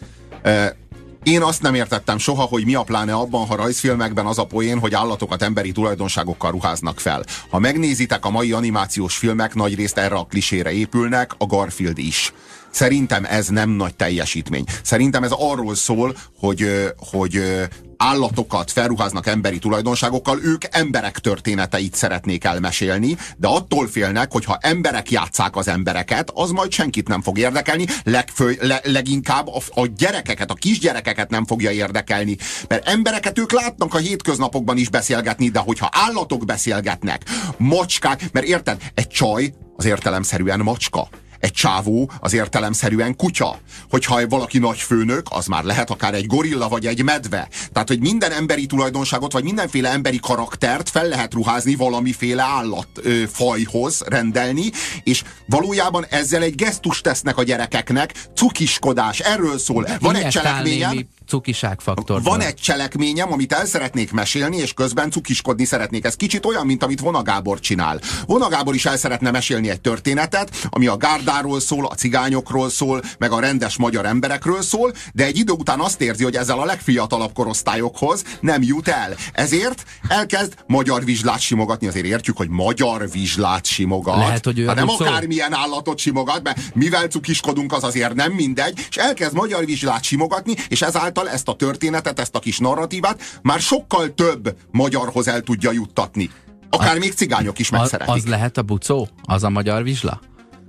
Speaker 3: Uh, Én azt nem értettem soha, hogy mi a pláne abban, ha rajzfilmekben az a poén, hogy állatokat emberi tulajdonságokkal ruháznak fel. Ha megnézitek, a mai animációs filmek nagyrészt erre a klisére épülnek, a Garfield is. Szerintem ez nem nagy teljesítmény. Szerintem ez arról szól, hogy, hogy állatokat felruháznak emberi tulajdonságokkal, ők emberek történeteit szeretnék elmesélni, de attól félnek, hogy ha emberek játsszák az embereket, az majd senkit nem fog érdekelni, legfő, le, leginkább a, a gyerekeket, a kisgyerekeket nem fogja érdekelni, mert embereket ők látnak a hétköznapokban is beszélgetni, de hogyha állatok beszélgetnek, macskák, mert érted, egy csaj az értelemszerűen macska. Egy csávó az értelemszerűen kutya. Hogyha valaki nagy főnök, az már lehet akár egy gorilla vagy egy medve. Tehát, hogy minden emberi tulajdonságot, vagy mindenféle emberi karaktert fel lehet ruházni valamiféle állatfajhoz rendelni, és valójában ezzel egy gesztust tesznek a gyerekeknek, cukiskodás, erről szól. Van egy cselekményem,
Speaker 1: cukiságfaktor.
Speaker 3: Van egy cselekményem, amit el szeretnék mesélni, és közben cukiskodni szeretnék. Ez kicsit olyan, mint amit Vona Gábor csinál. Vona Gábor is el szeretne mesélni egy történetet, ami a gárdáról szól, a cigányokról szól, meg a rendes magyar emberekről szól, de egy idő után azt érzi, hogy ezzel a legfiatalabb korosztályokhoz nem jut el. Ezért elkezd magyar vizslát simogatni. Azért értjük, hogy magyar vizslát simogat.
Speaker 1: Lehet, hogy
Speaker 3: hát nem akármilyen állatot simogat, mert mivel cukiskodunk, az azért nem mindegy, és elkezd magyar vizslát simogatni, és ezáltal ezt a történetet, ezt a kis narratívát már sokkal több magyarhoz el tudja juttatni. Akár a, még cigányok is megszeretik.
Speaker 1: Az lehet a bucó? Az a magyar vizsla?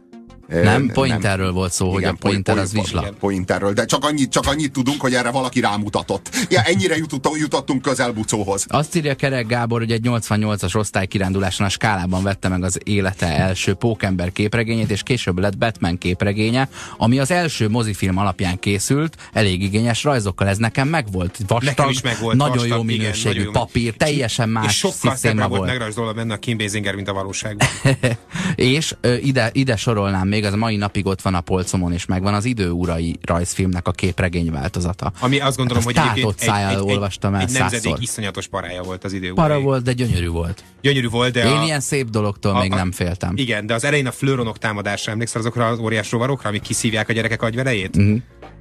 Speaker 1: Nem, Pointerről nem. volt szó, igen, hogy a Pointer az vizsla.
Speaker 3: Pointerről, de csak annyit, csak annyit tudunk, hogy erre valaki rámutatott. Ja, ennyire jutottunk, jutottunk közel bucóhoz.
Speaker 1: Azt írja Kerek Gábor, hogy egy nyolcvannyolcas osztálykiránduláson a skálában vette meg az élete első Pókember képregényét, és később lett Batman képregénye, ami az első mozifilm alapján készült, elég igényes rajzokkal. Ez nekem megvolt. Vastag, megvolt, nagyon vastag, jó minőségű igen, papír, teljesen más és
Speaker 2: sokkal szebben volt megrajzolva benne a Kim Basinger, mint a valóságban.
Speaker 1: És ö, ide, ide sorolnám még, az a mai napig ott van a polcomon, és megvan az Időurai rajzfilmnek a képregény változata.
Speaker 2: Ami azt gondolom, hát hogy
Speaker 1: egy, egy, olvastam el
Speaker 2: egy nemzedék
Speaker 1: százszor.
Speaker 2: Iszonyatos parája volt az Időurai.
Speaker 1: Para volt, de gyönyörű volt.
Speaker 2: Gyönyörű volt, de
Speaker 1: Én
Speaker 2: a,
Speaker 1: ilyen szép dologtól
Speaker 2: a,
Speaker 1: még
Speaker 2: a,
Speaker 1: nem féltem.
Speaker 2: Igen, de az elején a flőronok támadásra emlékszel azokra az óriás rovarokra, amik kiszívják a gyerekek agyverejét? Uh-huh.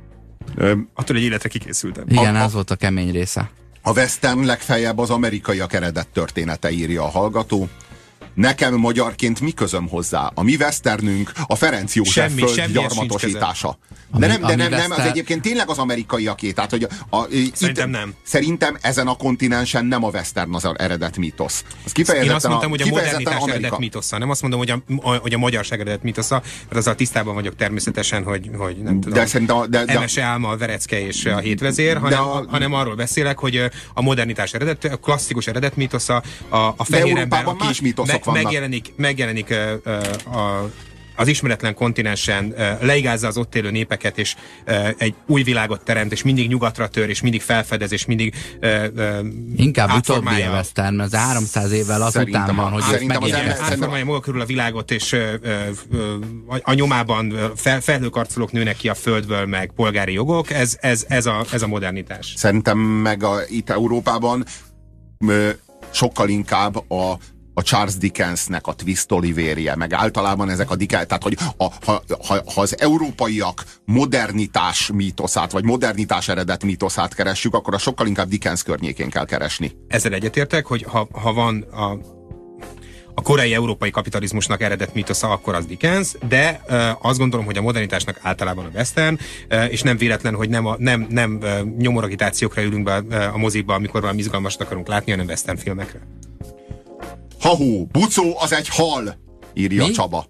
Speaker 2: Um, Attól egy életre kikészültem.
Speaker 1: Igen,
Speaker 3: a,
Speaker 1: az volt a kemény része.
Speaker 3: A western legfeljebb az amerikaiak eredet története, írja a hallgató. Nekem magyarként mi közöm hozzá? A mi westernünk a Ferenc József föld gyarmatosítása. De nem, de nem, nem, az egyébként tényleg az amerikaiaké. Tehát, hogy a, a,
Speaker 2: szerintem
Speaker 3: itt,
Speaker 2: nem.
Speaker 3: Szerintem ezen a kontinensen nem a western az eredet mítosz. Az kifejezetten
Speaker 2: Én azt mondtam,
Speaker 3: a,
Speaker 2: hogy a modernitás eredet mítosza. Nem azt mondom, hogy a, a, hogy a magyarság eredet mítosza, mert azzal tisztában vagyok természetesen, hogy, hogy nem tudom.
Speaker 3: De szerintem, de, de,
Speaker 2: Emese Álma, a Verecke és a Hétvezér, hanem, a, hanem arról beszélek, hogy a modernitás eredet, a klasszikus eredet mítosza, a, a fehér ember, aki
Speaker 3: más mítoszok
Speaker 2: me, megjelenik, megjelenik a, a, a az ismeretlen kontinensen leigázza az ott élő népeket, és egy új világot teremt, és mindig nyugatra tör, és mindig felfedez, és mindig
Speaker 1: inkább utóbbi a western, mert az háromszáz évvel azután van, hogy
Speaker 2: ezt megérje. Átformálja maga körül a világot, és ö, ö, ö, a nyomában fel, felhőkarcolók nőnek ki a földből, meg polgári jogok, ez, ez, ez, a, ez a modernitás.
Speaker 3: Szerintem meg a, itt Európában ö, sokkal inkább a a Charles Dickensnek a Twist Oliverje, meg általában ezek a Dickens, tehát hogy a, ha, ha, ha az európaiak modernitás mítoszát, vagy modernitás eredet mítoszát keressük, akkor a sokkal inkább Dickens környékén kell keresni.
Speaker 2: Ezzel egyetértek, hogy ha, ha van a a korai európai kapitalizmusnak eredet mítosza, akkor az Dickens, de uh, azt gondolom, hogy a modernitásnak általában a western, uh, és nem véletlen, hogy nem, a, nem, nem uh, nyomoragitációkra ülünk be uh, a mozikba, amikor valami izgalmasat akarunk látni, hanem western filmekre.
Speaker 3: Ha-hó, Bucó az egy hal, írja
Speaker 1: Mi?
Speaker 3: Csaba.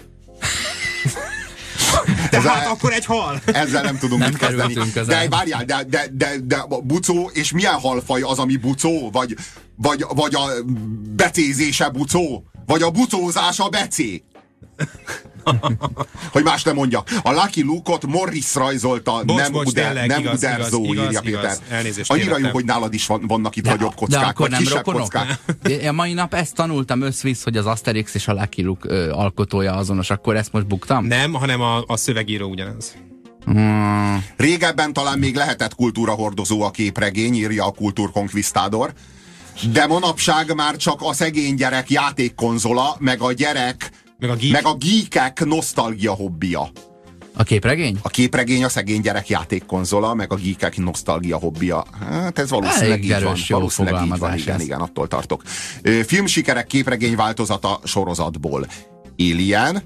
Speaker 2: Tehát ezzel, akkor egy hal.
Speaker 3: Ezzel nem tudunk
Speaker 1: nem
Speaker 3: mit kezdeni. De várjál, de, de, de, de Bucó, és milyen halfaj az, ami Bucó? Vagy, vagy, vagy a becézése Bucó? Vagy a bucózása becé? Hogy más nem mondjak. A Lucky Luke-ot Morris rajzolta,
Speaker 2: bocs,
Speaker 3: nem,
Speaker 2: bocs,
Speaker 3: Uder,
Speaker 2: tényleg,
Speaker 3: nem
Speaker 2: igaz,
Speaker 3: Uderzó,
Speaker 2: igaz,
Speaker 3: írja
Speaker 2: igaz,
Speaker 3: Péter.
Speaker 2: Elnézést
Speaker 3: annyira
Speaker 2: kértem.
Speaker 3: jó, hogy nálad is van, vannak itt
Speaker 1: de,
Speaker 3: nagyobb kockák, vagy kisebb
Speaker 1: rokonok?
Speaker 3: kockák.
Speaker 1: De a mai nap ezt tanultam összvisz, hogy az Asterix és a Lucky Luke ö, alkotója azonos, akkor ezt most buktam?
Speaker 2: Nem, hanem a, a szövegíró ugyanaz.
Speaker 1: Hmm.
Speaker 3: Régebben talán még lehetett kultúrahordozó a képregény, írja a Kultúrkonkvisztádor, de manapság már csak a szegény gyerek játékkonzola, meg a gyerek,
Speaker 2: meg a, geek.
Speaker 3: meg a geekek nosztalgia hobbija.
Speaker 1: A képregény?
Speaker 3: A képregény a szegény gyerek játékkonzola, meg a geekek nosztalgia hobbija. Hát ez valószínűleg így van. Valószínűleg így van, igen, igen, attól tartok. Filmsikerek képregény változata sorozatból. Alien,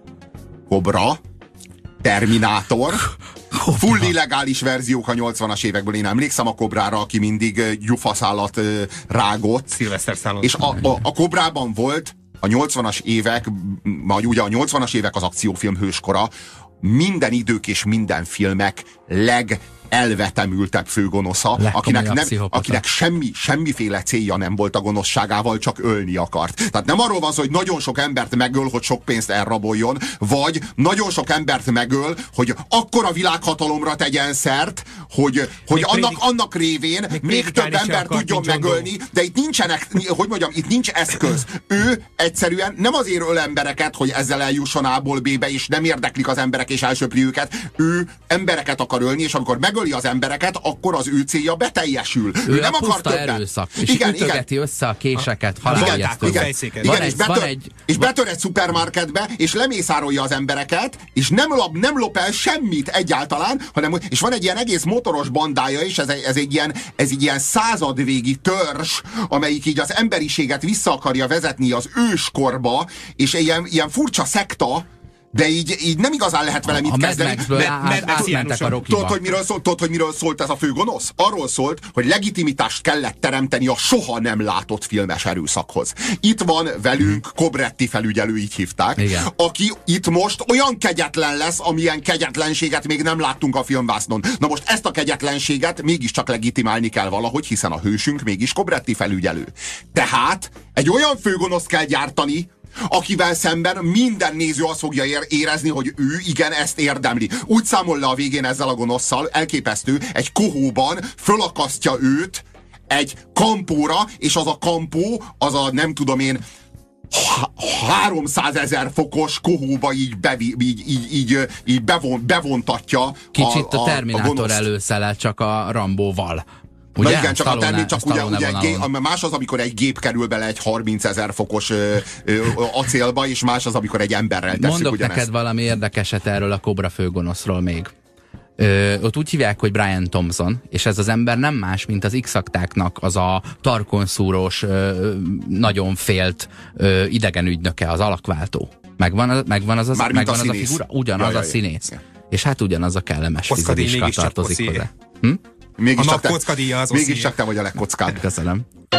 Speaker 3: Cobra, Terminátor, full illegális verziók a nyolcvanas évekből. Én emlékszem a Cobrára, aki mindig gyufaszállat rágott.
Speaker 2: Sylvester Stallone.
Speaker 3: És a, a, a Cobrában volt a nyolcvanas évek, vagy ugye a nyolcvanas évek az akciófilm hőskora, minden idők és minden filmek legelvetemültebb főgonosza, akinek, nem, akinek semmi, semmiféle célja nem volt a gonoszságával, csak ölni akart. Tehát nem arról van szó, hogy nagyon sok embert megöl, hogy sok pénzt elraboljon, vagy nagyon sok embert megöl, hogy akkora világhatalomra tegyen szert, hogy, hogy annak, prédik, annak révén még, még több ember tudjon megölni, de itt nincsenek, hogy mondjam, itt nincs eszköz. Ő egyszerűen nem azért öl embereket, hogy ezzel eljusson A-ból B-be, és nem érdeklik az emberek, és elsöpri őket. Ő embereket akar ölni, és amikor megöli az embereket, akkor az ő célja beteljesül.
Speaker 1: Ő, ő
Speaker 2: nem
Speaker 1: akar többet. Erőszak, és igen, ütögeti igen. össze a késeket, haláljásztó.
Speaker 3: Igen, igen, igen, igen, és, betör, egy, és betör egy szupermarketbe, és lemészárolja az embereket, és nem lop, nem lop el semmit egyáltalán, hanem, és van egy ilyen egész motoros bandája, és ez, ez, egy ilyen, ez egy ilyen századvégi törzs, amelyik így az emberiséget vissza akarja vezetni az őskorba, és ilyen, ilyen furcsa szekta, de így, így nem igazán lehet vele mit kezdeni. Tudod, hogy miről szólt, tudod, hogy miről szólt ez a főgonosz? Arról szólt, hogy legitimitást kellett teremteni a soha nem látott filmes erőszakhoz. Itt van velünk Cobretti felügyelő, így hívták, igen. Aki itt most olyan kegyetlen lesz, amilyen kegyetlenséget még nem láttunk a filmvásznon. Na most ezt a kegyetlenséget mégiscsak legitimálni kell valahogy, hiszen a hősünk mégis Cobretti felügyelő. Tehát egy olyan főgonoszt kell gyártani, akivel szemben minden néző azt fogja érezni, hogy ő igen, ezt érdemli. Úgy számol le a végén ezzel a gonoszszal, elképesztő, egy kohóban fölakasztja őt egy kampóra, és az a kampó, az a nem tudom én háromszázezer fokos kohóba így, bevi, így, így, így, így bevon, bevontatja.
Speaker 1: Kicsit a,
Speaker 3: a,
Speaker 1: a Terminátor előszele, csak a Rambóval. Ugye?
Speaker 3: Na igen, csak
Speaker 1: Stallone,
Speaker 3: a termé, csak ugye, ugye
Speaker 1: gép,
Speaker 3: más az, amikor egy gép kerül bele egy harmincezer fokos ö, ö, acélba, és más az, amikor egy emberrel tesszük
Speaker 1: Mondok
Speaker 3: ugyanezt.
Speaker 1: neked valami érdekeset erről a Cobra főgonoszról még. Ö, ott úgy hívják, hogy Brian Thompson, és ez az ember nem más, mint az X-aktáknak az a tarkonszúrós, ö, nagyon félt ö, idegen ügynöke, az alakváltó. Megvan az, megvan az, az, megvan az a figura? Ugyanaz ja, a színész. Ja. És hát ugyanaz a kellemes fizetéskal tartozik hozzá. Hm?
Speaker 3: Mégis
Speaker 2: a
Speaker 3: csak, te,
Speaker 2: az
Speaker 3: mégis csak te vagy a legkockább.
Speaker 1: Köszönöm.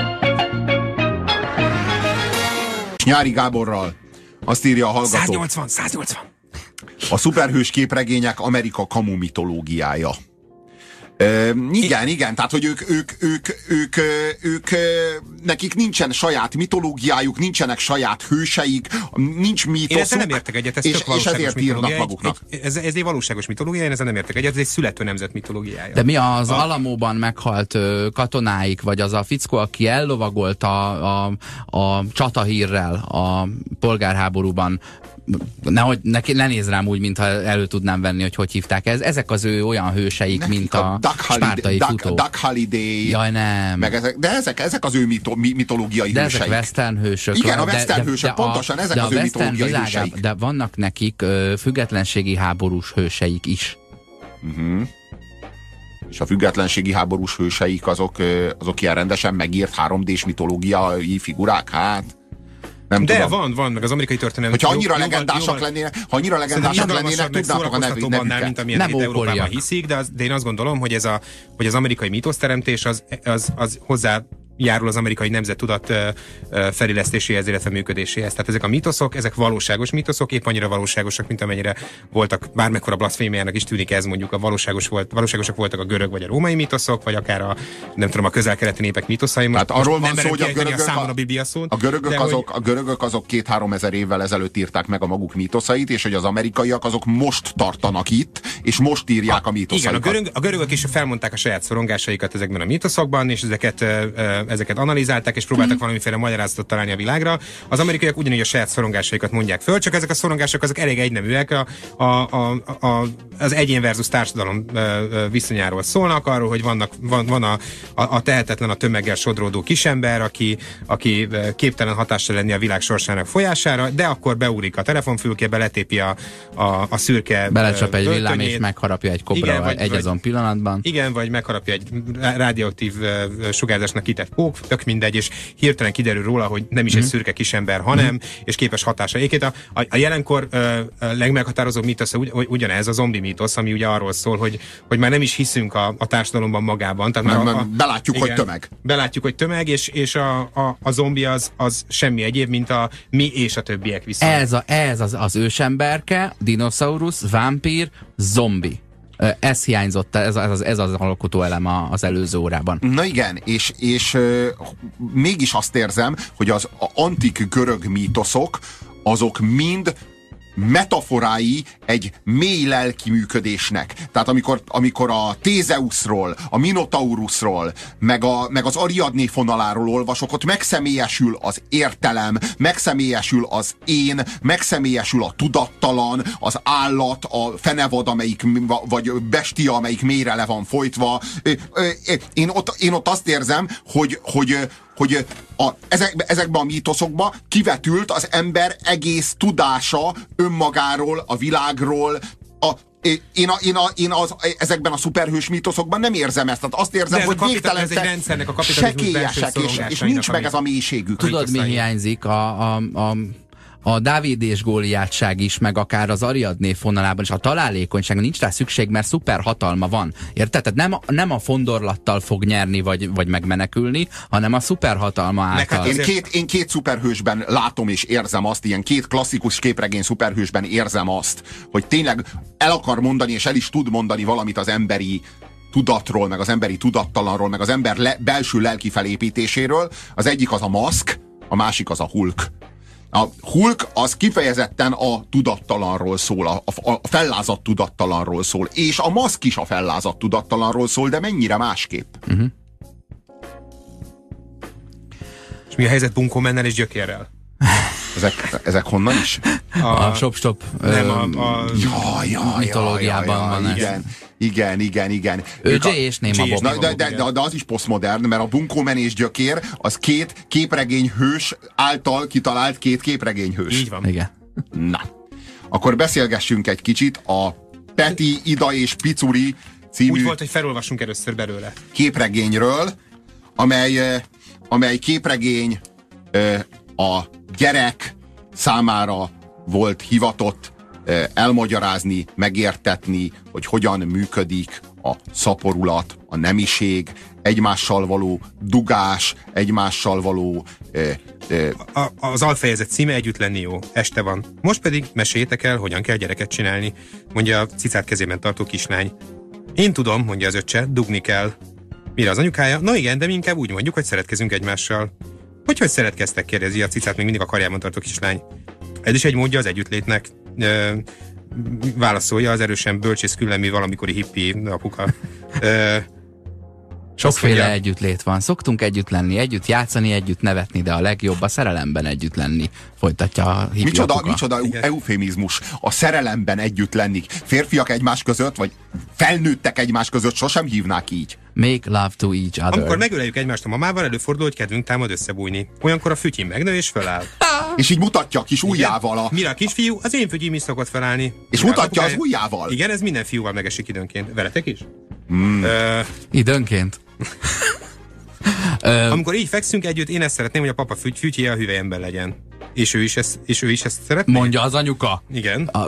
Speaker 3: És Nyári Gáborral azt írja a hallgató.
Speaker 2: száznyolcvan, száznyolcvan.
Speaker 3: A szuperhős képregények Amerika kamu mitológiája. Ö, igen, igen, tehát hogy ők, ők, ők, ők, ők, ők, nekik nincsen saját mitológiájuk, nincsenek saját hőseik, nincs mítoszuk. Én
Speaker 2: ezzel nem értek egyet, ez
Speaker 3: és,
Speaker 2: tök valóságos
Speaker 3: és ezért írnak maguknak.
Speaker 2: Egy, ez, ez egy valóságos mitológia, én ezzel nem értek egyet, ez egy születő nemzet mitológiája.
Speaker 1: De mi az a... Alamóban meghalt ö, katonáik, vagy az a fickó, aki ellovagolt a, a, a csatahírrel a polgárháborúban, nehogy neki ne nézz rám úgy, mintha elő tudnám venni, hogy hogy hívták ez. Ezek az ő olyan hőseik, nekik mint a, a spártai
Speaker 3: Duck,
Speaker 1: futó.
Speaker 3: Duck Holiday.
Speaker 1: Jaj, nem.
Speaker 3: Meg ezek, de ezek, ezek az ő mito, mitológiai
Speaker 1: de
Speaker 3: hőseik.
Speaker 1: De ezek western hősök.
Speaker 3: Igen, a
Speaker 1: de,
Speaker 3: western
Speaker 1: de,
Speaker 3: hősök,
Speaker 1: de
Speaker 3: pontosan
Speaker 1: a,
Speaker 3: ezek az ő mitológiai
Speaker 1: világában,
Speaker 3: hőseik.
Speaker 1: De vannak nekik ö, függetlenségi háborús hőseik is.
Speaker 3: Uh-huh. És a függetlenségi háborús hőseik azok, azok ilyen rendesen megírt három dés mitológiai figurák, hát... Nem
Speaker 2: de
Speaker 3: tudom.
Speaker 2: van, van, meg az amerikai történelem.
Speaker 3: Hogyha annyira legendásak lennének, ha annyira legendásak lennének, tudnátok a nevük, nevüket.
Speaker 2: Mint amilyen itt Európában hiszik, de, az, de én azt gondolom, hogy, ez a, hogy az amerikai mítoszteremtés az, az, az hozzá járul az amerikai nemzettudat uh, uh, felélesztéséhez, illetve működéséhez. Tehát ezek a mítoszok, ezek valóságos mítoszok, épp annyira valóságosak, mint amennyire voltak, bármekkora blaszfémiának is tűnik ez, mondjuk a valóságos volt, valóságosak voltak a görög vagy a római mítoszok, vagy akár a, nem tudom, a közel-keleti népek mítoszai.
Speaker 3: Tehát arról van szó, hogy a görögök,
Speaker 2: a, a, Biblia szót,
Speaker 3: a, görögök
Speaker 2: de,
Speaker 3: azok,
Speaker 2: hogy...
Speaker 3: a görögök azok két-három ezer évvel ezelőtt írták meg a maguk mítoszait, és hogy az amerikaiak azok most tartanak itt, és most írják a, a mítoszaikat.
Speaker 2: Igen, a, görög, a görögök is felmondták a saját szorongásaikat ezekben a mítoszokban, és ezeket, ezeket analizálták, és próbáltak valamiféle magyarázatot találni a világra. Az amerikaiak ugyanígy a saját szorongásaikat mondják föl, csak ezek a szorongások azok elég egyneműek, a, a, a, a, az egyén versus társadalom viszonyáról szólnak, arról, hogy vannak, van, van a, a, a tehetetlen, a tömeggel sodródó kisember, aki, aki képtelen hatással lenni a világ sorsának folyására, de akkor beúrik a telefonfülkébe, letépi a, a, a szürke
Speaker 1: belecsap egy villám és megharapja egy kobra egy vagy, azon pillanatban.
Speaker 2: Igen, vagy megharapja egy rádióaktív sugárzásnak kitett pók, tök mindegy, és hirtelen kiderül róla, hogy nem is mm. egy szürke kisember, hanem, mm. és képes hatásra. Egyébként a, a, a jelenkor uh, a legmeghatározóbb mítosz ugy, ugyanez, a zombi mítosz, ami ugye arról szól, hogy, hogy már nem is hiszünk a, a társadalomban magában. Tehát
Speaker 3: nem,
Speaker 2: már a,
Speaker 3: a, belátjuk, igen, hogy tömeg.
Speaker 2: Belátjuk, hogy tömeg, és, és a, a, a zombi az, az semmi egyéb, mint a mi és a többiek viszont.
Speaker 1: Ez, a, ez az, az ősemberke, dinoszaurusz, vámpír, zombi. Ez hiányzott, ez, ez, az, ez az alkotó elem az előző órában.
Speaker 3: Na igen, és, és euh, mégis azt érzem, hogy az antik görög mítoszok, azok mind metaforái egy mély lelki működésnek. Tehát amikor, amikor a Tézeuszról, a Minotaurusról, meg, a, meg az Ariadné fonaláról olvasok, ott megszemélyesül az értelem, megszemélyesül az én, megszemélyesül a tudattalan, az állat, a fenevad, amelyik, vagy bestia, amelyik mélyre le van folytva. Én ott, én ott azt érzem, hogy, hogy hogy a, ezek, ezekben a mítoszokban kivetült az ember egész tudása önmagáról, a világról. A, én, a, én, a, én az, ezekben a szuperhős mítoszokban nem érzem ezt. Tehát azt érzem, hogy végtelen sekélyesek, és, és nincs meg ez a mélységük.
Speaker 1: Tudod, mi hiányzik? A, a, a, a Dávid és Góliátság is, meg akár az Ariadné fonalában is, a találékonyság, nincs rá szükség, mert szuper hatalma van. Érted? Tehát nem, nem a fondorlattal fog nyerni, vagy, vagy megmenekülni, hanem a szuper hatalma által.
Speaker 3: Én két, én két szuperhősben látom és érzem azt, ilyen két klasszikus képregény szuperhősben érzem azt, hogy tényleg el akar mondani, és el is tud mondani valamit az emberi tudatról, meg az emberi tudattalanról, meg az ember le, belső lelki felépítéséről. Az egyik az a Maszk, a másik az a Hulk. A Hulk az kifejezetten a tudattalanról szól, a, a fellázadt tudattalanról szól, és a Maszk is a fellázadt tudattalanról szól, de mennyire másképp. Uh-huh.
Speaker 2: És mi a helyzet Bunkó Mennel és Gyökérrel?
Speaker 3: Ezek, ezek honnan is?
Speaker 1: A, a Shop-Stop
Speaker 2: nem, a, a
Speaker 3: ja, ja,
Speaker 1: mitológiában
Speaker 3: ja, ja,
Speaker 1: van
Speaker 3: igen, igen, igen, igen.
Speaker 1: Ő J és Néma Bob.
Speaker 3: De, de, de, de az is posztmodern, mert a Bunkó Men és Gyökér az két képregényhős által kitalált két képregényhős.
Speaker 2: Így van.
Speaker 1: Igen.
Speaker 3: Na, akkor beszélgessünk egy kicsit a Peti, Ida és Picuri című
Speaker 2: úgy volt, hogy felolvassunk először belőle.
Speaker 3: Képregényről, amely, amely képregény a gyerek számára volt hivatott elmagyarázni, megértetni, hogy hogyan működik a szaporulat, a nemiség, egymással való dugás, egymással való... Eh, eh,
Speaker 2: a, az alfejezet címe Együtt lenni jó. Este van. Most pedig meséljétek el, hogyan kell gyereket csinálni, mondja a cicát kezében tartó kislány. Én tudom, mondja az öccse, dugni kell. Mire az anyukája? Na igen, de mi inkább úgy mondjuk, hogy szeretkezünk egymással. Hogy hogy szeretkeztek, kérdezi a cicát, még mindig a karjában tartó kislány. Ez is egy módja az együttlétnek. Ö, válaszolja az erősen bölcsész küllemű valamikori hippi apuka. Ö,
Speaker 1: Sokféle mondja, együttlét van. Szoktunk együtt lenni, együtt játszani, együtt nevetni, de a legjobb a szerelemben együtt lenni. Folytatja a hippi
Speaker 3: Micsoda,
Speaker 1: apuka.
Speaker 3: micsoda eufémizmus. A szerelemben együtt lenni. Férfiak egymás között, vagy felnőttek egymás között sosem hívnák így.
Speaker 1: Make love to each other.
Speaker 2: Amikor megöleljük egymást a mamával, előfordul, hogy kedvünk támad összebújni. Olyankor a fütyim megnő és föláll.
Speaker 3: És így mutatja a kis ujjával. A...
Speaker 2: Mire a kisfiú? Az én fütyim is szokott felállni.
Speaker 3: És
Speaker 2: Mire
Speaker 3: mutatja az,
Speaker 2: az
Speaker 3: ujjával.
Speaker 2: Igen, ez minden fiúval megesik időnként. Veletek is?
Speaker 3: Mm.
Speaker 2: Ö...
Speaker 1: Időnként.
Speaker 2: Amikor így fekszünk együtt, én ezt szeretném, hogy a papa füty, fütyje a hüvelyemben legyen. És ő is ezt, és ő is ezt szeretné?
Speaker 1: Mondja az anyuka.
Speaker 2: Igen.
Speaker 1: A,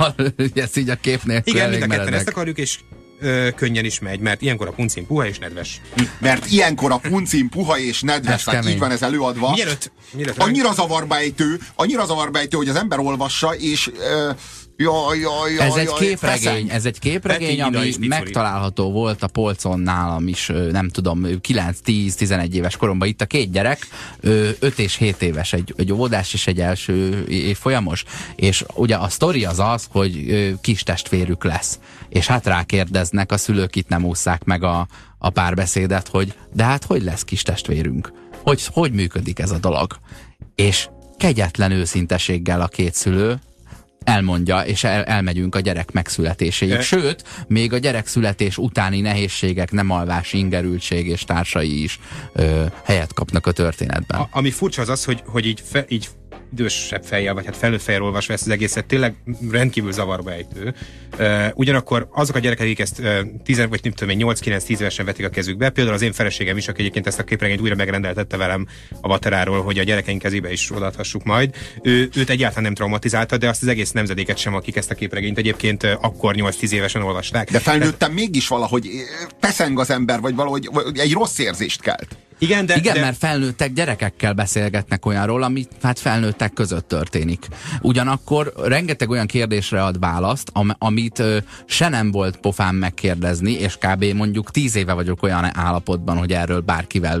Speaker 1: ez így a kép nélkül.
Speaker 2: Igen, mind a ketten
Speaker 1: meredek.
Speaker 2: ezt akarjuk, és ö, könnyen is megy, mert ilyenkor a puncin puha és nedves.
Speaker 3: Mert ilyenkor a puncin puha és nedves, tehát így van ez előadva.
Speaker 2: Mielőtt, mielőtt
Speaker 3: annyira zavarbejtő, annyira zavarbejtő, hogy az ember olvassa, és ö, Jaj, jaj, jaj,
Speaker 1: ez egy
Speaker 3: jaj,
Speaker 1: képregény,
Speaker 3: feszeng.
Speaker 1: ez egy képregény, ami megtalálható volt a polcon nálam is, nem tudom, kilenc, tíz, tizenegy éves koromban. Itt a két gyerek, öt és hét éves, egy, egy óvodás és egy első évfolyamos, és ugye a sztori az az, hogy kis testvérük lesz. És hát rákérdeznek, a szülők itt nem ússzák meg a, a párbeszédet, hogy de hát hogy lesz kis testvérünk? Hogy, hogy működik ez a dolog? És kegyetlen őszinteséggel a két szülő elmondja, és el, elmegyünk a gyerek megszületéséig. E... Sőt, még a gyerek születés utáni nehézségek, nem alvás, ingerültség és társai is ö, helyet kapnak a történetben.
Speaker 2: A, ami furcsa az az, hogy, hogy így, fe, így idősebb fejjel, vagy hát felnőtt fejjel olvasva ezt az egészet, tényleg rendkívül zavarba ejtő. Uh, ugyanakkor azok a gyerekek, akik ezt uh, tíz vagy nem tudom, nyolc kilenc tíz évesen vetik a kezükbe, például az én feleségem is, aki egyébként ezt a képregényt újra megrendeltette velem a Vateráról, hogy a gyerekeink kezébe is odaadhassuk majd. Ő, őt egyáltalán nem traumatizálta, de azt az egész nemzedéket sem, akik ezt a képregényt egyébként uh, akkor nyolc tíz évesen olvasták.
Speaker 3: De felnőttem mégis valahogy peszeng az ember, vagy valahogy vagy egy rossz érzést kelt.
Speaker 2: Igen, de,
Speaker 1: Igen
Speaker 2: de...
Speaker 1: mert felnőttek gyerekekkel beszélgetnek olyanról, amit hát felnőttek között történik. Ugyanakkor rengeteg olyan kérdésre ad választ, am amit ö, se nem volt pofám megkérdezni, és kb. Mondjuk tíz éve vagyok olyan állapotban, hogy erről bárkivel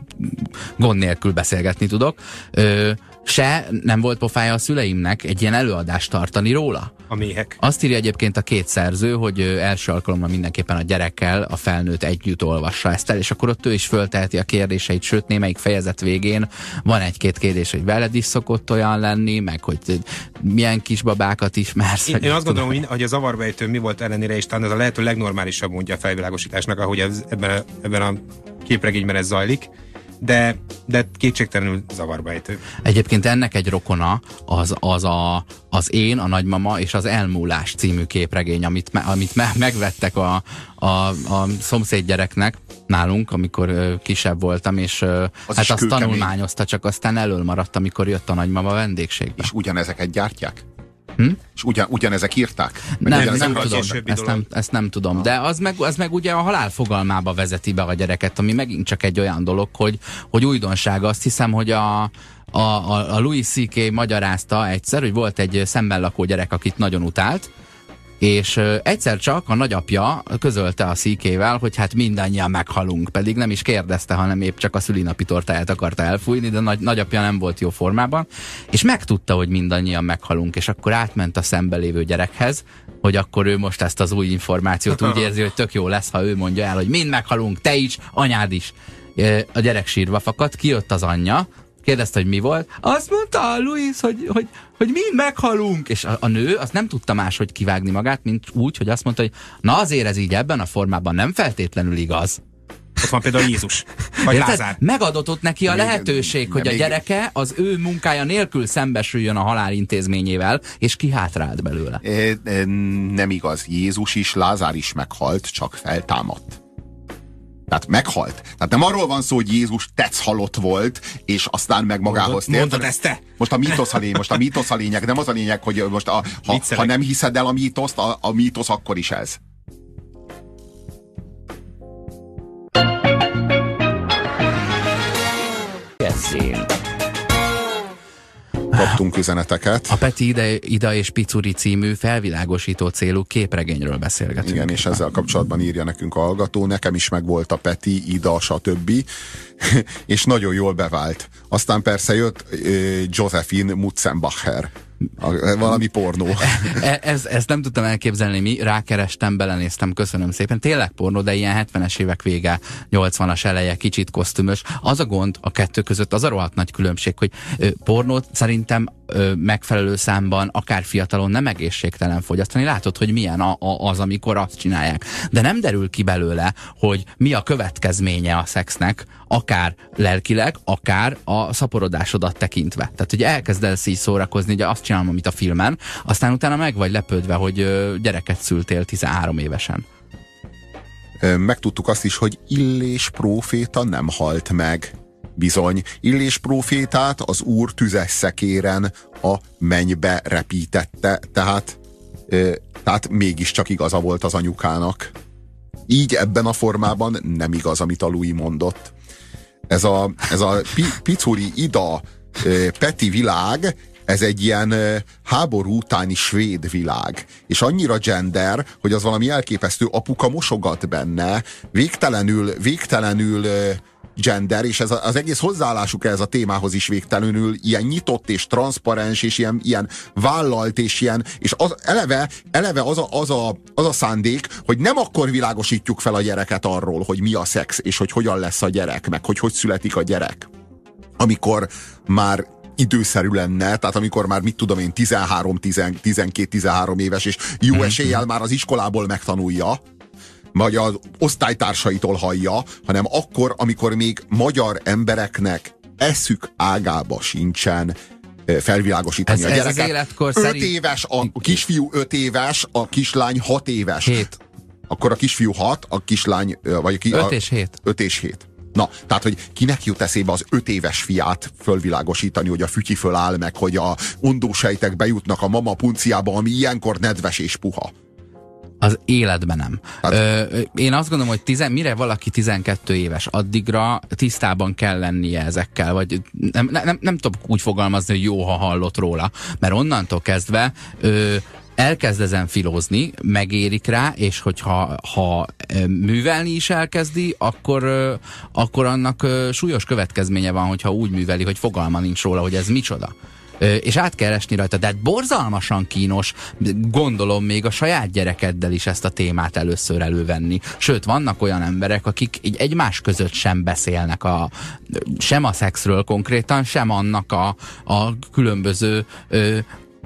Speaker 1: gond nélkül beszélgetni tudok. Ö, se nem volt pofája a szüleimnek egy ilyen előadást tartani róla.
Speaker 2: A méhek.
Speaker 1: Azt írja egyébként a két szerző, hogy első alkalommal mindenképpen a gyerekkel a felnőtt együtt olvassa ezt el, és akkor ott ő is fölteheti a kérdéseit, sőt némelyik fejezet végén van egy-két kérdés, hogy veled is szokott olyan lenni, meg hogy milyen kisbabákat ismersz.
Speaker 2: Én, én azt gondolom, hogy, hogy a zavarbejtő mi volt ellenére, és talán ez a lehető legnormálisabb módja a felvilágosításnak, ahogy ez, ebben, a, ebben a képregényben ez zajlik. De, de kétségtelenül zavarba ejtő.
Speaker 1: Egyébként ennek egy rokona az, az a, az Én, a Nagymama és az Elmúlás című képregény, amit, me, amit me, megvettek a, a, a szomszéd gyereknek nálunk, amikor ö, kisebb voltam, és ö,
Speaker 3: az
Speaker 1: hát azt
Speaker 3: kőkemény.
Speaker 1: tanulmányozta, csak aztán elől maradt, amikor jött a Nagymama vendégségbe.
Speaker 3: És ugyanezeket gyártják?
Speaker 1: Hm?
Speaker 3: És ugyan, ugyanezek írták?
Speaker 1: Nem,
Speaker 3: ugyanezek
Speaker 1: nem tudom, ezt nem, ezt nem tudom. De az meg, az meg ugye a halál fogalmába vezeti be a gyereket, ami megint csak egy olyan dolog, hogy, hogy újdonság. Azt hiszem, hogy a, a, a, a Louis C K magyarázta egyszer, hogy volt egy szemben lakó gyerek, akit nagyon utált, és uh, egyszer csak a nagyapja közölte a szíkével, hogy hát mindannyian meghalunk, pedig nem is kérdezte, hanem épp csak a szülinapi tortáját akarta elfújni, de nagy, nagyapja nem volt jó formában, és megtudta, hogy mindannyian meghalunk, és akkor átment a szembe lévő gyerekhez, hogy akkor ő most ezt az új információt úgy érzi, hogy tök jó lesz, ha ő mondja el, hogy mind meghalunk, te is, anyád is. A gyerek sírva fakadt, kijött az anyja, kérdezte, hogy mi volt. Azt mondta a Louis, hogy, hogy, hogy mind meghalunk. És a, a nő azt nem tudta máshogy kivágni magát, mint úgy, hogy azt mondta, hogy na azért ez így ebben a formában nem feltétlenül igaz.
Speaker 2: Ott van például Jézus, vagy
Speaker 1: Érted?
Speaker 2: Lázár.
Speaker 1: Megadott neki a
Speaker 3: még,
Speaker 1: lehetőség, hogy
Speaker 3: még,
Speaker 1: a gyereke az ő munkája nélkül szembesüljön a halál intézményével, és kihátrált belőle.
Speaker 3: E, e, nem igaz. Jézus is, Lázár is meghalt, csak feltámadt. Tehát meghalt. Tehát nem arról van szó, hogy Jézus tetszhalott volt, és aztán meg magához tért.
Speaker 2: Mondod ezt te?
Speaker 3: Most a mítosz a lényeg, most a mítosz a lényeg, nem az a lényeg, hogy most a, ha, ha nem hiszed el a mítoszt, a, a mítosz akkor is ez. kaptunk üzeneteket.
Speaker 1: A Peti Ida, Ida és Picuri című felvilágosító célú képregényről beszélgetünk.
Speaker 3: Igen, és ezzel kapcsolatban írja nekünk a hallgató, nekem is megvolt a Peti, Ida, stb. És nagyon jól bevált. Aztán persze jött uh, Josephine Mutzenbacher. A, valami pornó.
Speaker 1: E, ez, ezt nem tudtam elképzelni, mi rákerestem, belenéztem, köszönöm szépen. Tényleg pornó, de ilyen hetvenes évek vége, nyolcvanas eleje, kicsit kosztümös. Az a gond a kettő között, az a rohadt nagy különbség, hogy ö, pornót szerintem ö, megfelelő számban, akár fiatalon nem egészségtelen fogyasztani. Látod, hogy milyen a, a, az, amikor azt csinálják. De nem derül ki belőle, hogy mi a következménye a szexnek, akár lelkileg, akár a szaporodásodat tekintve. Tehát, hogy elkezdesz így szórakozni, ugye azt csinálom, amit a filmen, aztán utána meg vagy lepődve, hogy ö, gyereket szültél tizenhárom évesen.
Speaker 3: Megtudtuk azt is, hogy Illés próféta nem halt meg. Bizony, Illés prófétát az úr tüzes szekéren a mennybe repítette, tehát, ö, tehát mégiscsak igaza volt az anyukának. Így ebben a formában nem igaz, amit a Louis mondott. Ez a, ez a pi, Picuri, Ida, ö, Peti világ, ez egy ilyen ö, háború utáni svéd világ. És annyira gender, hogy az valami elképesztő, apuka mosogat benne, végtelenül, végtelenül ö, gender, és ez a, az egész hozzáállásuk ez a témához is végtelenül ilyen nyitott és transzparens, és ilyen, ilyen vállalt, és ilyen, és az, eleve, eleve az, a, az, a, az a szándék, hogy nem akkor világosítjuk fel a gyereket arról, hogy mi a szex, és hogy hogyan lesz a gyerek, meg hogy hogy születik a gyerek. Amikor már időszerű lenne, tehát amikor már mit tudom én tizenhárom, tizenkét, tizenhárom éves, és jó eséllyel már az iskolából megtanulja, vagy az osztálytársaitól hallja, hanem akkor, amikor még magyar embereknek eszük ágába sincsen felvilágosítani
Speaker 1: ez,
Speaker 3: a gyereket.
Speaker 1: Ez az életkor
Speaker 3: öt
Speaker 1: szerint...
Speaker 3: éves, a kisfiú öt éves, a kislány hat éves.
Speaker 1: Hét.
Speaker 3: Akkor a kisfiú hat, a kislány... Vagy ki,
Speaker 1: öt és hét.
Speaker 3: öt és hét. Na, tehát, hogy kinek jut eszébe az öt éves fiát fölvilágosítani, hogy a fütyi föláll meg, hogy a ondósejtek bejutnak a mama punciába, ami ilyenkor nedves és puha.
Speaker 1: Az életben nem.
Speaker 3: Hát,
Speaker 1: Ö, én azt gondolom, hogy tizen, mire valaki tizenkét éves, addigra tisztában kell lennie ezekkel, vagy nem, nem, nem tudom úgy fogalmazni, hogy jó, ha hallott róla, mert onnantól kezdve ö, elkezd ezen filózni, megérik rá, és hogyha ha művelni is elkezdi, akkor, akkor annak súlyos következménye van, hogyha úgy műveli, hogy fogalma nincs róla, hogy ez micsoda. És át kell esni rajta, de borzalmasan kínos, gondolom még a saját gyerekeddel is ezt a témát először elővenni. Sőt, vannak olyan emberek, akik így egymás között sem beszélnek a, sem a szexről konkrétan, sem annak a, a különböző ö,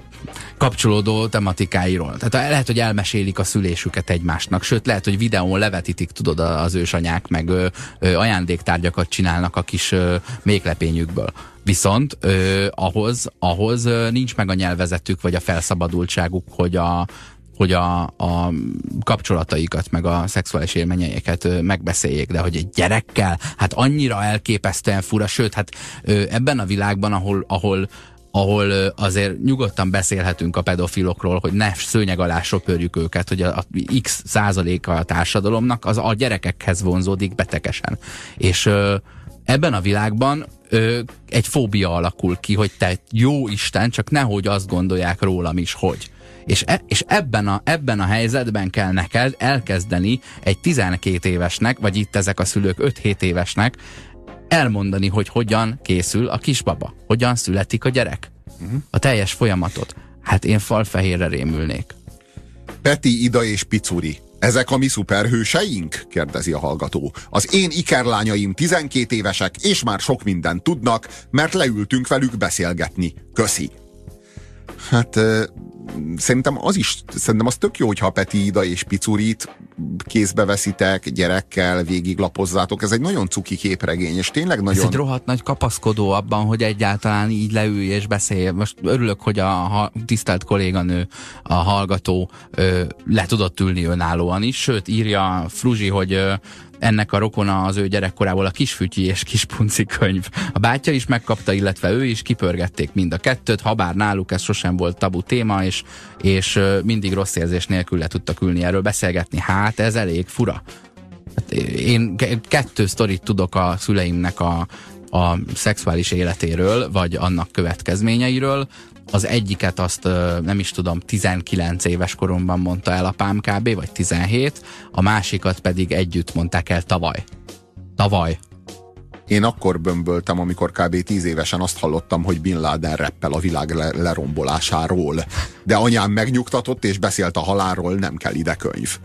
Speaker 1: kapcsolódó tematikáiról. Tehát lehet, hogy elmesélik a szülésüket egymásnak, sőt lehet, hogy videón levetítik, tudod, az ősanyák, meg ö, ö, ajándéktárgyakat csinálnak a kis ö, méklepényükből. Viszont ö, ahhoz, ahhoz ö, nincs meg a nyelvezetük, vagy a felszabadultságuk, hogy a, hogy a, a kapcsolataikat, meg a szexuális élményeiket ö, megbeszéljék, de hogy egy gyerekkel, hát annyira elképesztően fura, sőt, hát ö, ebben a világban, ahol, ahol ahol azért nyugodtan beszélhetünk a pedofilokról, hogy ne szőnyeg alá söpörjük őket, hogy a, a x százaléka a társadalomnak az a gyerekekhez vonzódik betegesen. És ö, ebben a világban ö, egy fóbia alakul ki, hogy te jó Isten, csak nehogy azt gondolják rólam is, hogy. És, e, és ebben, a, ebben a helyzetben kell neked elkezdeni egy tizenkét évesnek, vagy itt ezek a szülők öt-hét évesnek elmondani, hogy hogyan készül a kisbaba, hogyan születik a gyerek. Uh-huh. A teljes folyamatot. Hát én falfehérre rémülnék.
Speaker 3: Peti, Ida és Picuri. Ezek a mi szuperhőseink? Kérdezi a hallgató. Az én ikerlányaim tizenkét évesek, és már sok mindent tudnak, mert leültünk velük beszélgetni. Köszi. Hát euh, szerintem az is, szerintem az tök jó, hogyha a Peti, Ida és Picurit kézbe veszitek, gyerekkel végiglapozzátok. Ez egy nagyon cuki képregény, és tényleg nagyon...
Speaker 1: Ez egy rohadt nagy kapaszkodó abban, hogy egyáltalán így leülj és beszélj. Most örülök, hogy a, a tisztelt kolléganő, a hallgató ö, le tudott ülni önállóan is, sőt írja Fruzsi, hogy ö, ennek a rokona az ő gyerekkorából a Kisfütyi és Kispunci könyv. A bátyja is megkapta, illetve ő is, kipörgették mind a kettőt, habár náluk ez sosem volt tabu téma, és, és mindig rossz érzés nélkül le tudtak ülni erről beszélgetni. Hát ez elég fura. Hát én kettő sztorit tudok a szüleimnek a a szexuális életéről, vagy annak következményeiről. Az egyiket azt nem is tudom, tizenkilenc éves koromban mondta el apám kb. Vagy tizenhét, a másikat pedig együtt mondták el tavaly. Tavaly.
Speaker 3: Én akkor bömböltem, amikor kb. tíz évesen azt hallottam, hogy Bin Laden reppel a világ le- lerombolásáról. De anyám megnyugtatott és beszélt a halálról, nem kell ide könyv.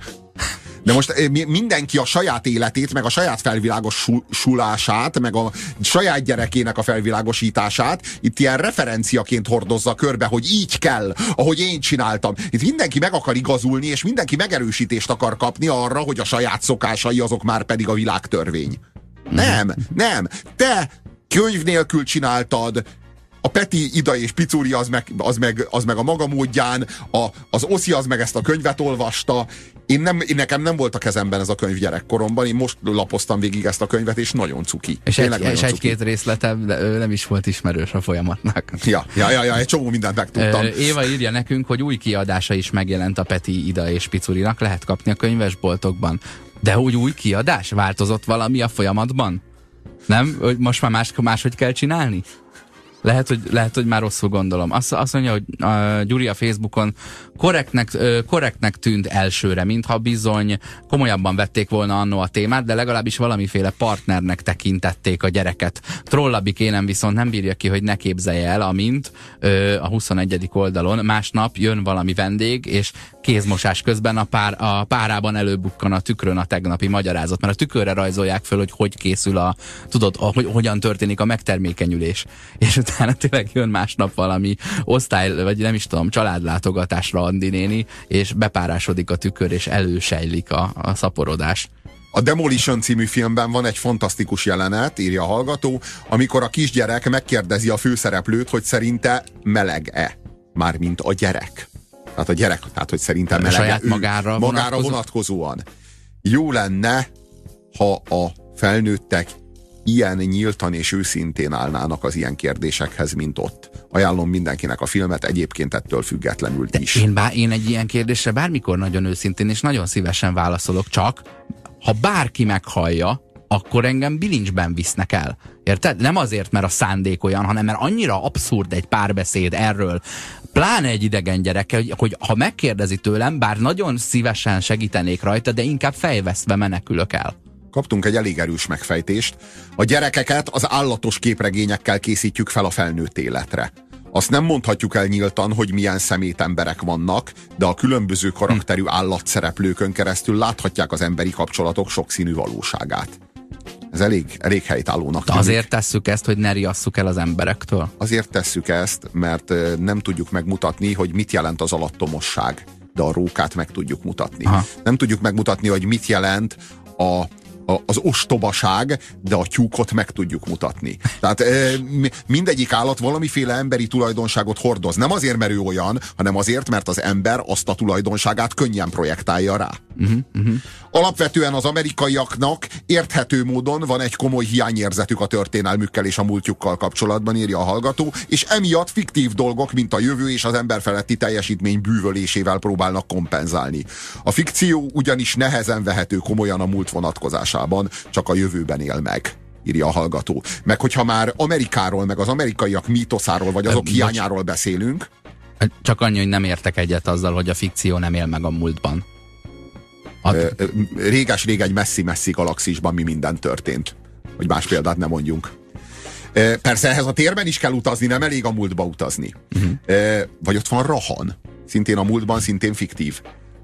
Speaker 3: De most mindenki a saját életét, meg a saját felvilágosulását, meg a saját gyerekének a felvilágosítását itt ilyen referenciaként hordozza körbe, hogy így kell, ahogy én csináltam. Itt mindenki meg akar igazulni, és mindenki megerősítést akar kapni arra, hogy a saját szokásai azok már pedig a világtörvény. Nem, nem. Te könyv nélkül csináltad, a Peti, Ida és Picuri az meg, az meg, az meg a maga módján, a, az Oszi az meg ezt a könyvet olvasta. Én nem, én nekem nem volt a kezemben ez a könyv gyerekkoromban, én most lapoztam végig ezt a könyvet, és nagyon cuki.
Speaker 1: És, egy, és egy-két részlete nem is volt ismerős a folyamatnak.
Speaker 3: Ja, ja, ja, ja, egy csomó mindent megtudtam.
Speaker 1: Éva írja nekünk, hogy új kiadása is megjelent a Peti, Ida és Picurinak, lehet kapni a könyvesboltokban. De hogy új kiadás? Változott valami a folyamatban? Nem? Hogy most már más, máshogy kell csinálni? Lehet, hogy, lehet, hogy már rosszul gondolom. Azt, azt mondja, hogy uh, Gyuri a Facebookon korrektnek, uh, korrektnek tűnt elsőre, mintha bizony komolyabban vették volna annó a témát, de legalábbis valamiféle partnernek tekintették a gyereket. Trollabik énem viszont nem bírja ki, hogy ne képzelje el, amint uh, a huszonegyedik oldalon másnap jön valami vendég, és kézmosás közben a, pár, a párában előbukkan a tükrön a tegnapi magyarázat, mert a tükörre rajzolják föl, hogy hogy készül a, tudod, a, hogy hogyan történik a megtermékenyülés. És utána tényleg jön másnap valami osztály, vagy nem is tudom, családlátogatásra Andi néni, és bepárásodik a tükör, és elősejlik a, a szaporodás.
Speaker 3: A Demolition című filmben van egy fantasztikus jelenet, írja a hallgató, amikor a kisgyerek megkérdezi a főszereplőt, hogy szerinte meleg-e. Mármint a gyerek. Tehát a gyerek, tehát hogy szerintem melege
Speaker 1: saját
Speaker 3: ő,
Speaker 1: magára,
Speaker 3: magára
Speaker 1: vonatkozó?
Speaker 3: vonatkozóan. Jó lenne, ha a felnőttek ilyen nyíltan és őszintén állnának az ilyen kérdésekhez, mint ott. Ajánlom mindenkinek a filmet, egyébként ettől függetlenül
Speaker 1: De
Speaker 3: is.
Speaker 1: Én, bár, én egy ilyen kérdésre bármikor nagyon őszintén és nagyon szívesen válaszolok, csak ha bárki meghallja, akkor engem bilincsben visznek el. Érted? Nem azért, mert a szándék olyan, hanem mert annyira abszurd egy párbeszéd erről, pláne egy idegen gyerekkel, hogy, hogy ha megkérdezi tőlem, bár nagyon szívesen segítenék rajta, de inkább fejvesztve menekülök el.
Speaker 3: Kaptunk egy elég erős megfejtést. A gyerekeket az állatos képregényekkel készítjük fel a felnőtt életre. Azt nem mondhatjuk el nyíltan, hogy milyen szemét emberek vannak, de a különböző karakterű állatszereplőkön keresztül láthatják az emberi kapcsolatok sokszínű valóságát. Ez elég, elég helytállónak tűnik.
Speaker 1: Azért tesszük ezt, hogy ne riasszuk el az emberektől?
Speaker 3: Azért tesszük ezt, mert nem tudjuk megmutatni, hogy mit jelent az alattomosság, de a rókát meg tudjuk mutatni. Aha. Nem tudjuk megmutatni, hogy mit jelent a az ostobaság, de a tyúkot meg tudjuk mutatni. Tehát e, mindegyik állat valamiféle emberi tulajdonságot hordoz. Nem azért, mert ő olyan, hanem azért, mert az ember azt a tulajdonságát könnyen projektálja rá. Uh-huh, uh-huh. Alapvetően az amerikaiaknak érthető módon van egy komoly hiányérzetük a történelmükkel és a múltjukkal kapcsolatban, írja a hallgató, és emiatt fiktív dolgok, mint a jövő és az emberfeletti teljesítmény bűvölésével próbálnak kompenzálni. A fikció ugyanis nehezen vehető komolyan a múlt vonatkozásában, csak a jövőben él meg, írja a hallgató. Meg hogyha már Amerikáról, meg az amerikaiak mítoszáról, vagy azok hiányáról beszélünk.
Speaker 1: Csak annyi, hogy nem értek egyet azzal, hogy a fikció nem él meg a múltban.
Speaker 3: Ad... Réges-rég egy messzi-messzi galaxisban mi minden történt. Hogy más példát nem mondjunk. Persze ehhez a térben is kell utazni, nem elég a múltba utazni. Uh-huh. Vagy ott van Rahan. Szintén a múltban, szintén fiktív.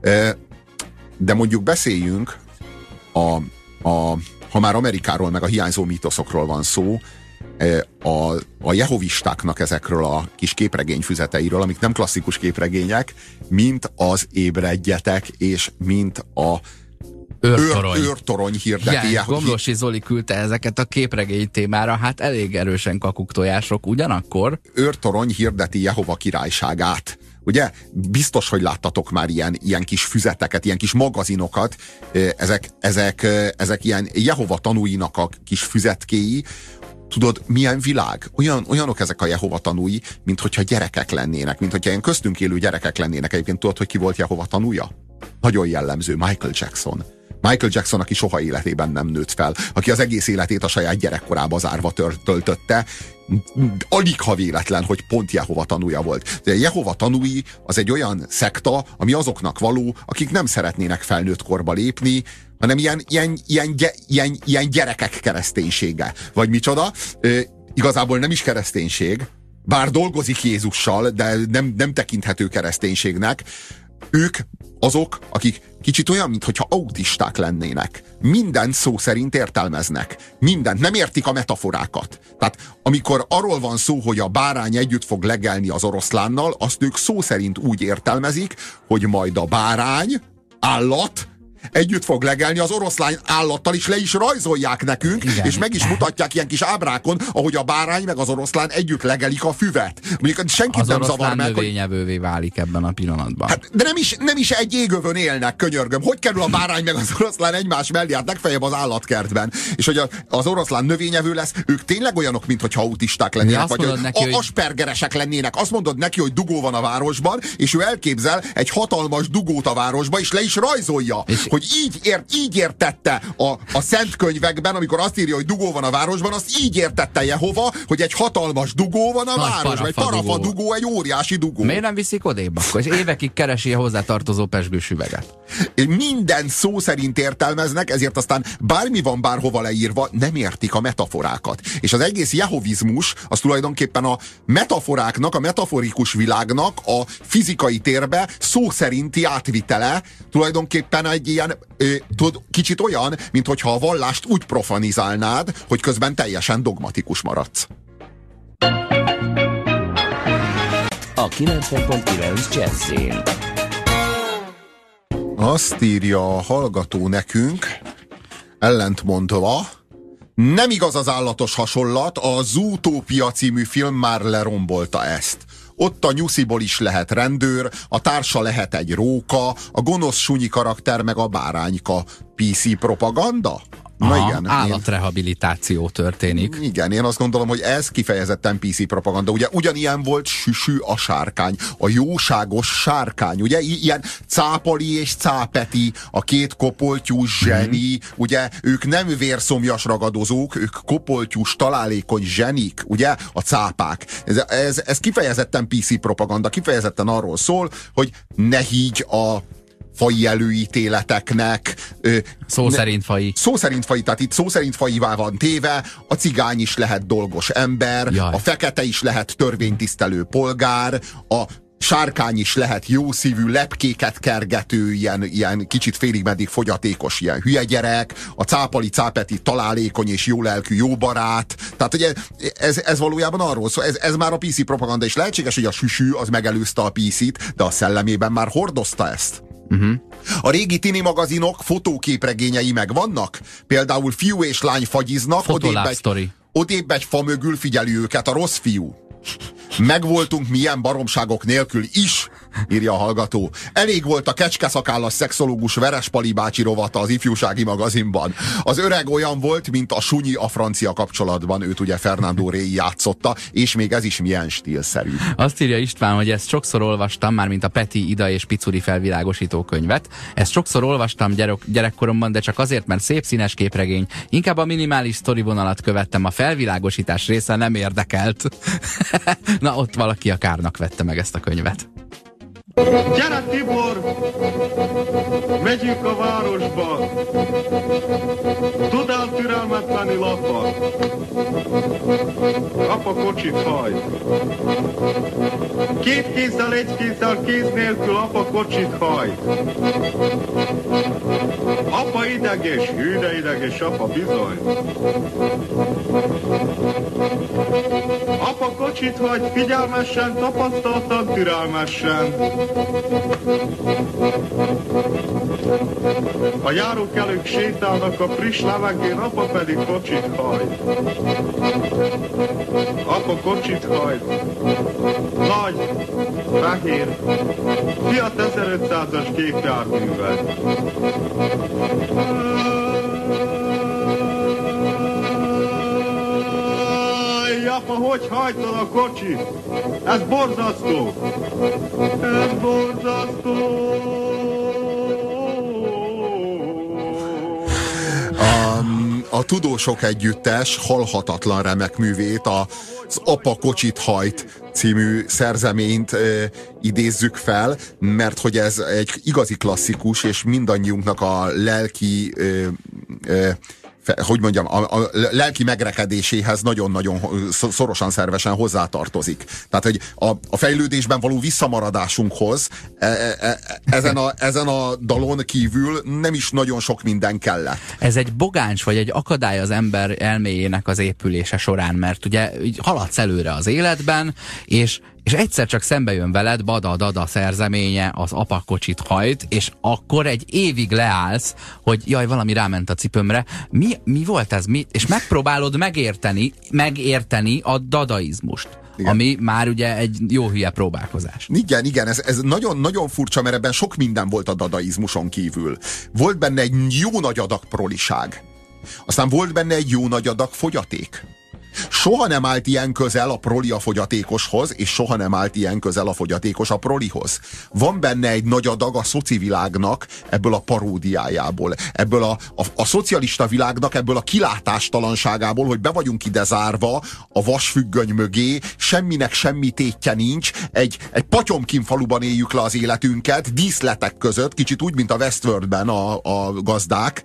Speaker 3: De mondjuk beszéljünk a, a, ha már Amerikáról meg a hiányzó mítoszokról van szó, a, a jehovistáknak ezekről a kis képregényfüzeteiről, amik nem klasszikus képregények, mint az Ébredjetek, és mint a
Speaker 1: Őrtorony.
Speaker 3: Őr, őrtorony hirdeti.
Speaker 1: Igen, Gomlosi Zoli küldte ezeket a képregény témára, hát elég erősen kakuktojások, ugyanakkor.
Speaker 3: Őrtorony hirdeti Jehova királyságát. Ugye? Biztos, hogy láttatok már ilyen, ilyen kis füzeteket, ilyen kis magazinokat. Ezek, ezek, ezek ilyen Jehova tanúinak a kis füzetkéi. Tudod, milyen világ? Olyan, olyanok ezek a Jehova tanúi, mint hogyha gyerekek lennének, mint hogyha ilyen köztünk élő gyerekek lennének. Egyébként tudod, hogy ki volt Jehova tanúja? Nagyon jellemző, Michael Jackson. Michael Jackson, aki soha életében nem nőtt fel, aki az egész életét a saját gyerekkorába zárva tör- töltötte, alig ha véletlen, hogy pont Jehova tanúja volt. De Jehova tanúi az egy olyan szekta, ami azoknak való, akik nem szeretnének felnőtt korba lépni, hanem ilyen, ilyen, ilyen, ilyen, ilyen gyerekek kereszténysége. Vagy micsoda? Ö, igazából nem is kereszténység, bár dolgozik Jézussal, de nem, nem tekinthető kereszténységnek. Ők azok, akik kicsit olyan, mintha autisták lennének. Mindent szó szerint értelmeznek. Mindent. Nem értik a metaforákat. Tehát amikor arról van szó, hogy a bárány együtt fog legelni az oroszlánnal, azt ők szó szerint úgy értelmezik, hogy majd a bárány, állat, együtt fog legelni az oroszlány állattal, és le is rajzolják nekünk, igen, és meg is mutatják ilyen kis ábrákon, ahogy a bárány meg az oroszlán együtt legelik a füvet. Mondjuk senkit
Speaker 1: az
Speaker 3: nem zavar meg,
Speaker 1: növényevővé válik ebben a pillanatban.
Speaker 3: Hát, de nem is, nem is egy égövön élnek, könyörgöm. Hogy kerül a bárány meg az oroszlán egymás mellé? Hát legfeljebb az állatkertben. És hogy a, az oroszlán növényevő lesz, ők tényleg olyanok, mintha autisták lennének, vagy hogy neki, a, aspergeresek lennének. Azt mondod neki, hogy dugó van a városban, és ő elképzel egy hatalmas dugót a városba, és le is rajzolja. És hogy így, ért, így értette a, a szent könyvekben, amikor azt írja, hogy dugó van a városban, azt így értette Jehova, hogy egy hatalmas dugó van a nagy városban. Egy parafa dugó. dugó, egy óriási dugó.
Speaker 1: Miért nem viszik odébb akkor? És évekig keresi a hozzátartozó pezsgős üveget.
Speaker 3: Minden szó szerint értelmeznek, ezért aztán bármi van bárhova leírva, nem értik a metaforákat. És az egész jehovizmus az tulajdonképpen a metaforáknak, a metaforikus világnak a fizikai térbe szó szerinti átvitele, tulajdonképpen egy ilyen ö, tud, kicsit olyan, minthogyha a vallást úgy profanizálnád, hogy közben teljesen dogmatikus maradsz.
Speaker 4: A kilencven pont kilenc Jazzin.
Speaker 3: Azt írja a hallgató nekünk, ellentmondva, nem igaz az állatos hasonlat, a Zootopia című film már lerombolta ezt. Ott a nyusziból is lehet rendőr, a társa lehet egy róka, a gonosz sunyi karakter meg a bárányka. pé cé propaganda?
Speaker 1: Aha, Na igen, állatrehabilitáció történik.
Speaker 3: Igen, én azt gondolom, hogy ez kifejezetten pé cé propaganda. Ugye ugyanilyen volt Süsű a sárkány, a jóságos sárkány, ugye ilyen Cápali és Cápeti, a két kopoltyús zseni, mm. ugye ők nem vérszomjas ragadozók, ők kopoltyús, találékony zsenik, ugye a cápák. Ez, ez, ez kifejezetten pé cé propaganda, kifejezetten arról szól, hogy ne higgy a faji előítéleteknek.
Speaker 1: Szó ne, szerint faji.
Speaker 3: Szó szerint faji, tehát itt szó szerint fajivá van téve, a cigány is lehet dolgos ember, Jaj. a fekete is lehet törvénytisztelő polgár, a sárkány is lehet jószívű, lepkéket kergető, ilyen, ilyen kicsit félig meddig fogyatékos, ilyen hülye gyerek, a cápali, cápeti találékony és jólelkű jó barát. Tehát ugye ez, ez valójában arról szól, ez, ez már a pé cé propaganda, és lehetséges, hogy a Süsű az megelőzte a pé cét, de a szellemében már hordozta ezt. Uh-huh. A régi tini magazinok fotóképregényei megvannak? Például fiú és lány fagyiznak, odébb egy, odébb egy fa mögül figyeli őket a rossz fiú. Megvoltunk milyen baromságok nélkül is, írja a hallgató. Elég volt a kecskeszakállas szexológus Verespali bácsi rovata az ifjúsági magazinban. Az öreg olyan volt, mint a sunyi a francia kapcsolatban, őt ugye Fernando Rey játszotta, és még ez is milyen stílszerű.
Speaker 1: Azt írja István, hogy ezt sokszor olvastam, már mint a Peti, Ida és Picuri felvilágosító könyvet. Ezt sokszor olvastam gyerek, gyerekkoromban, de csak azért, mert szép színes képregény. Inkább a minimális sztorivonalat követtem, a felvilágosítás része nem érdekelt. Na, ott valaki a kárnak vette meg ezt a könyvet.
Speaker 5: Gyere, Tibor! Megyünk a városba! Tudál türelmetlenül, apa? Apa kocsit hajt. Két kézzel, egy kézzel, kéz nélkül apa kocsit hajt. Apa ideges, hű de ideges, apa bizony. Apa kocsit hajt, figyelmesen, tapasztaltan, türelmesen. A járókelők sétálnak a friss levegőn, apa pedig kocsit hajt. Apa kocsit hajt. Nagy, fehér, Fiat ezerötszázas gépjárművel. Apa, hogy hajtod a kocsit? Ez borzasztó! Ez borzasztó!
Speaker 3: a Tudósok Együttes halhatatlan remek művét, az Apa kocsit hajt című szerzeményt ö, idézzük fel, mert hogy ez egy igazi klasszikus, és mindannyiunknak a lelki ö, ö, hogy mondjam, a, a lelki megrekedéséhez nagyon-nagyon szorosan, szervesen hozzátartozik. Tehát, hogy a, a fejlődésben való visszamaradásunkhoz e, e, ezen, a, ezen a dalon kívül nem is nagyon sok minden kellett.
Speaker 1: Ez egy bogáncs, vagy egy akadály az ember elméjének az épülése során, mert ugye haladsz előre az életben, és és egyszer csak szembe jön veled Bada-Dada szerzeménye, az Apa kocsit hajt, és akkor egy évig leállsz, hogy jaj, valami ráment a cipőmre. Mi, mi volt ez? Mi? És megpróbálod megérteni, megérteni a dadaizmust. Igen. Ami már ugye egy jó hülye próbálkozás.
Speaker 3: Igen, igen, ez, ez nagyon, nagyon furcsa, mert ebben sok minden volt a dadaizmuson kívül. Volt benne egy jó nagy adag proliság. Aztán volt benne egy jó nagy adag fogyaték. Soha nem állt ilyen közel a proli a fogyatékoshoz, és soha nem állt ilyen közel a fogyatékos a prolihoz. Van benne egy nagy adag a szoci világnak ebből a paródiájából, ebből a, a, a szocialista világnak ebből a kilátástalanságából, hogy be vagyunk ide zárva a vasfüggöny mögé, semminek semmi tétje nincs, egy, egy Patyomkin faluban éljük le az életünket, díszletek között, kicsit úgy, mint a Westworldben a, a gazdák,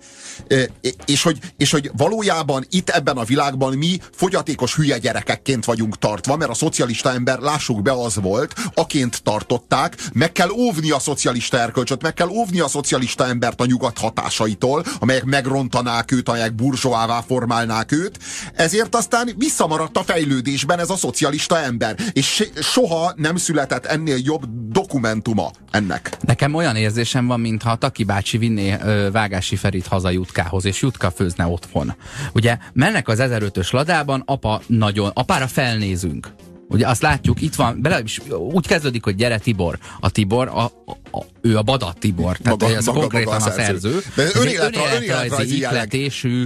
Speaker 3: és hogy, és hogy valójában itt ebben a világban mi fogyatékos hülye gyerekekként vagyunk tartva, mert a szocialista ember, lássuk be, az volt, aként tartották, meg kell óvni a szocialista erkölcsöt, meg kell óvni a szocialista embert a nyugat hatásaitól, amelyek megrontanák őt, amelyek burzsóává formálnák őt, ezért aztán visszamaradt a fejlődésben ez a szocialista ember, és soha nem született ennél jobb dokumentuma ennek.
Speaker 1: Nekem olyan érzésem van, mintha a Taki bácsi vinné ö, Vágási Ferit haza Jutkához, és Jutka főzne otthon. Ugye mennek az ezerötös ladában, apa nagyon, apára felnézünk. Ugye azt látjuk, itt van, bele is úgy kezdődik, hogy gyere Tibor. A Tibor, a, a, a, ő a Bada Tibor, tehát maga, ez maga, konkrétan maga a szerző. Önéletrajzi ihletésű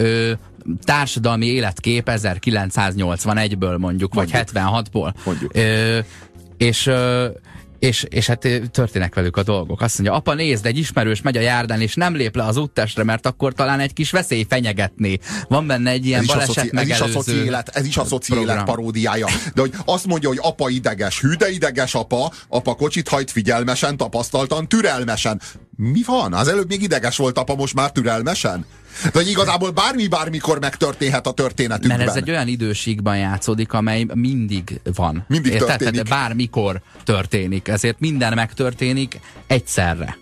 Speaker 1: társadalmi életkép ezerkilencszáznyolcvanegyből mondjuk, mondjuk, vagy hetvenhatból. Mondjuk. Ö, és... Ö, És, és hát történnek velük a dolgok. Azt mondja, apa, nézd, egy ismerős megy a járdán, és nem lép le az úttestre, mert akkor talán egy kis veszély fenyegetné. Van benne egy ilyen baleset megelőző
Speaker 3: ez is a szoci élet, ez is a szoci élet paródiája. De hogy azt mondja, hogy apa ideges, hű, de ideges apa, apa kocsit hajt figyelmesen, tapasztaltan, türelmesen. Mi van? Az előbb még ideges volt apa, most már türelmesen? De hogy igazából bármi bármikor megtörténhet a történetünkben.
Speaker 1: Mert ez egy olyan időségben játszódik, amely mindig van.
Speaker 3: Mindig Érted? történik.
Speaker 1: Tehát bármikor történik. Ezért minden megtörténik egyszerre.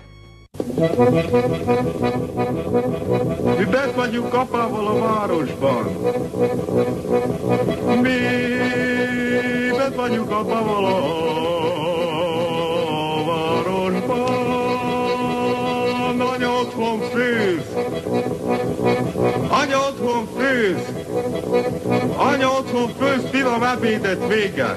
Speaker 5: Mi bent vagyunk apával a városban. Mi bent vagyunk apával a városban. Anya otthon főz. Anya otthon főz. Anya otthon főz, finom ebédet véget.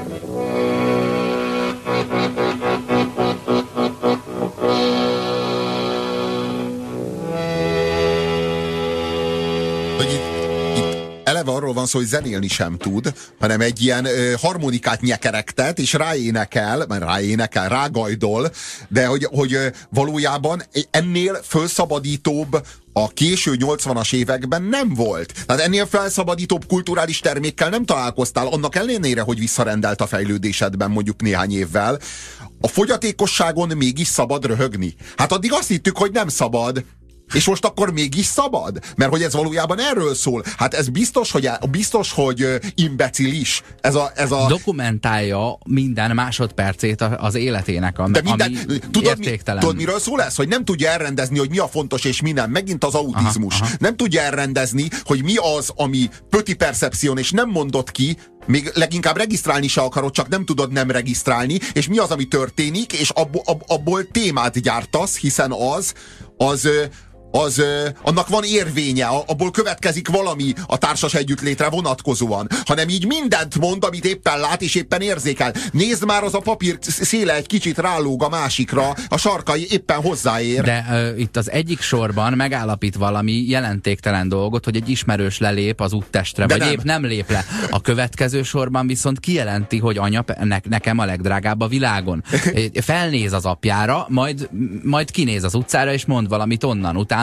Speaker 3: Eleve arról van szó, hogy zenélni sem tud, hanem egy ilyen ö, harmonikát nyekerektet, és ráénekel, mert ráénekel, rágajdol, de hogy, hogy ö, valójában ennél fölszabadítóbb a késő nyolcvanas években nem volt. Tehát ennél felszabadítóbb kulturális termékkel nem találkoztál, annak ellenére, hogy visszarendelt a fejlődésedben mondjuk néhány évvel. A fogyatékosságon mégis szabad röhögni. Hát addig azt hittük, hogy nem szabad. És most akkor mégis szabad? Mert hogy ez valójában erről szól. Hát ez biztos, hogy, biztos, hogy imbecilis. Ez a, ez a...
Speaker 1: Dokumentálja minden másodpercét az életének, ami,
Speaker 3: De minden,
Speaker 1: ami
Speaker 3: tudod,
Speaker 1: értéktelen.
Speaker 3: Mi, tudod, miről szól ez? Hogy nem tudja elrendezni, hogy mi a fontos és mi nem. Megint az autizmus. Aha, aha. Nem tudja elrendezni, hogy mi az, ami pöti percepción, és nem mondott ki, még leginkább regisztrálni se akarod, csak nem tudod nem regisztrálni, és mi az, ami történik, és abból, ab, abból témát gyártasz, hiszen az, az... az ö, annak van érvénye, abból következik valami a társas együttlétre vonatkozóan, hanem így mindent mond, amit éppen lát és éppen érzékel. Nézd már, az a papír széle egy kicsit rálóg a másikra, a sarkai éppen hozzáér.
Speaker 1: De ö, itt az egyik sorban megállapít valami jelentéktelen dolgot, hogy egy ismerős lelép az úttestre, vagy nem. épp nem lép le. A következő sorban viszont kijelenti, hogy anya, ne, nekem a legdrágább a világon. Felnéz az apjára, majd, majd kinéz az utcára, és mond valamit onnan. Utána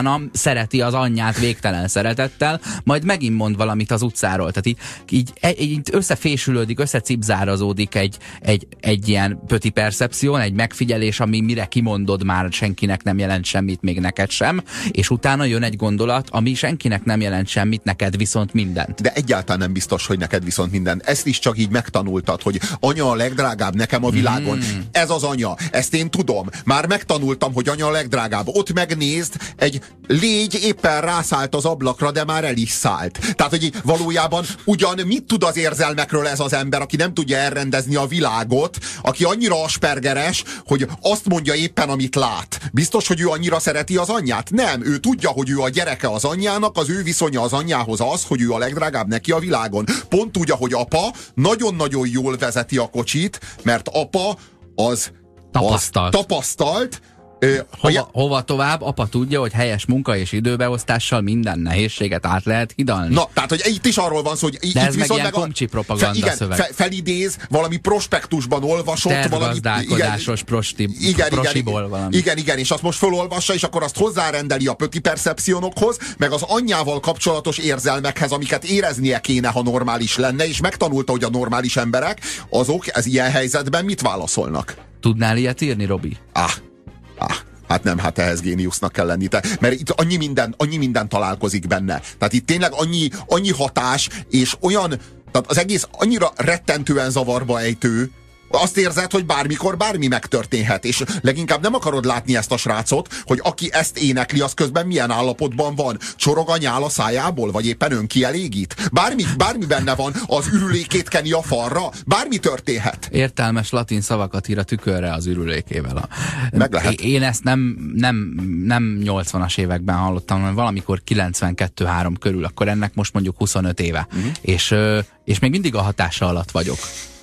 Speaker 1: utána szereti az anyját végtelen szeretettel, majd megint mond valamit az utcáról. Tehát így, így, így összefésülődik, összecipzárazódik egy, egy, egy ilyen pöti percepció, egy megfigyelés, ami mire kimondod, már senkinek nem jelent semmit, még neked sem, és utána jön egy gondolat, ami senkinek nem jelent semmit, neked viszont mindent.
Speaker 3: De egyáltalán nem biztos, hogy neked viszont minden. Ezt is csak így megtanultad, hogy anya a legdrágább nekem a világon. Mm. Ez az anya, ezt én tudom. Már megtanultam, hogy anya a legdrágább. Ott megnézd, egy légy éppen rászállt az ablakra, de már el is szállt. Tehát, hogy valójában ugyan mit tud az érzelmekről ez az ember, aki nem tudja elrendezni a világot, aki annyira aspergeres, hogy azt mondja éppen, amit lát. Biztos, hogy ő annyira szereti az anyját? Nem, ő tudja, hogy ő a gyereke az anyjának, az ő viszonya az anyjához az, hogy ő a legdrágább neki a világon. Pont úgy, ahogy apa nagyon-nagyon jól vezeti a kocsit, mert apa az
Speaker 1: tapasztalt.
Speaker 3: Az tapasztalt.
Speaker 1: Hova, hova tovább? Apa tudja, hogy helyes munka és időbeosztással minden nehézséget át lehet hidalni.
Speaker 3: Na, tehát, hogy itt is arról van szó, hogy itt
Speaker 1: de ez
Speaker 3: viszont
Speaker 1: meg ilyen
Speaker 3: meg
Speaker 1: komcsi propaganda
Speaker 3: fe, igen,
Speaker 1: szöveg.
Speaker 3: Fe, felidéz, valami prospektusban olvasott, valami
Speaker 1: gazdálkodásos prosti,
Speaker 3: igen,
Speaker 1: prosiból
Speaker 3: igen,
Speaker 1: valami.
Speaker 3: Igen, igen, és azt most felolvassa, és akkor azt hozzárendeli a pöti percepcionokhoz, meg az anyjával kapcsolatos érzelmekhez, amiket éreznie kéne, ha normális lenne, és megtanulta, hogy a normális emberek, azok ez ilyen helyzetben mit válaszolnak.
Speaker 1: Tudnál ilyet írni, Robi?
Speaker 3: Ah. Ah, hát nem, hát ehhez géniusznak kell lenni. Te, mert itt annyi minden, annyi minden találkozik benne. Tehát itt tényleg annyi, annyi hatás, és olyan, tehát az egész annyira rettentően zavarba ejtő, azt érzed, hogy bármikor bármi megtörténhet, és leginkább nem akarod látni ezt a srácot, hogy aki ezt énekli, az közben milyen állapotban van. Csorog a nyál a szájából, vagy éppen önkielégít? Bármi, bármi benne van, az ürülékét keni a falra, bármi történhet.
Speaker 1: Értelmes latin szavakat ír a tükörre az ürülékével. A...
Speaker 3: Meg lehet.
Speaker 1: Én ezt nem, nem, nem nyolcvanas években hallottam, hanem valamikor kilencvenkettő három körül, akkor ennek most mondjuk huszonöt éve. Uh-huh. És, és még mindig a hatása alatt vagyok.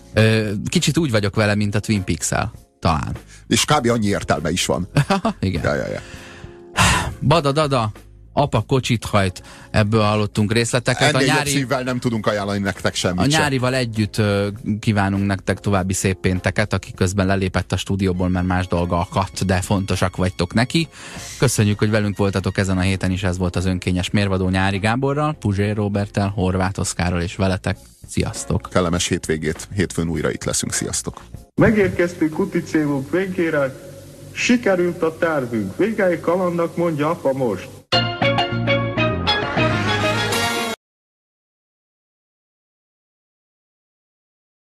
Speaker 1: Kicsit úgy vagyok vele, mint a Twin Peaks-el. Talán.
Speaker 3: És kb. Annyi értelme is van.
Speaker 1: Igen.
Speaker 3: Ja, ja, ja.
Speaker 1: Bada-dada, apa kocsit hajt, ebből hallottunk részleteket.
Speaker 3: Ennél
Speaker 1: a nyári...
Speaker 3: jobb szívvel nem tudunk ajánlani nektek semmit.
Speaker 1: A nyárival sem. Együtt uh, kívánunk nektek további szép pénteket, aki közben lelépett a stúdióból, mert más dolga akadt, de fontosak vagytok neki. Köszönjük, hogy velünk voltatok ezen a héten is, ez volt az önkényes mérvadó Nyári Gáborral, Puzsér Róberttel, Horváth Oszkárral és veletek. Sziasztok!
Speaker 3: Kellemes hétvégét, hétfőn újra itt leszünk, sziasztok!
Speaker 5: Megérkeztünk úti célunk végére, sikerült a tervünk, végeig kalandnak mondja apa most.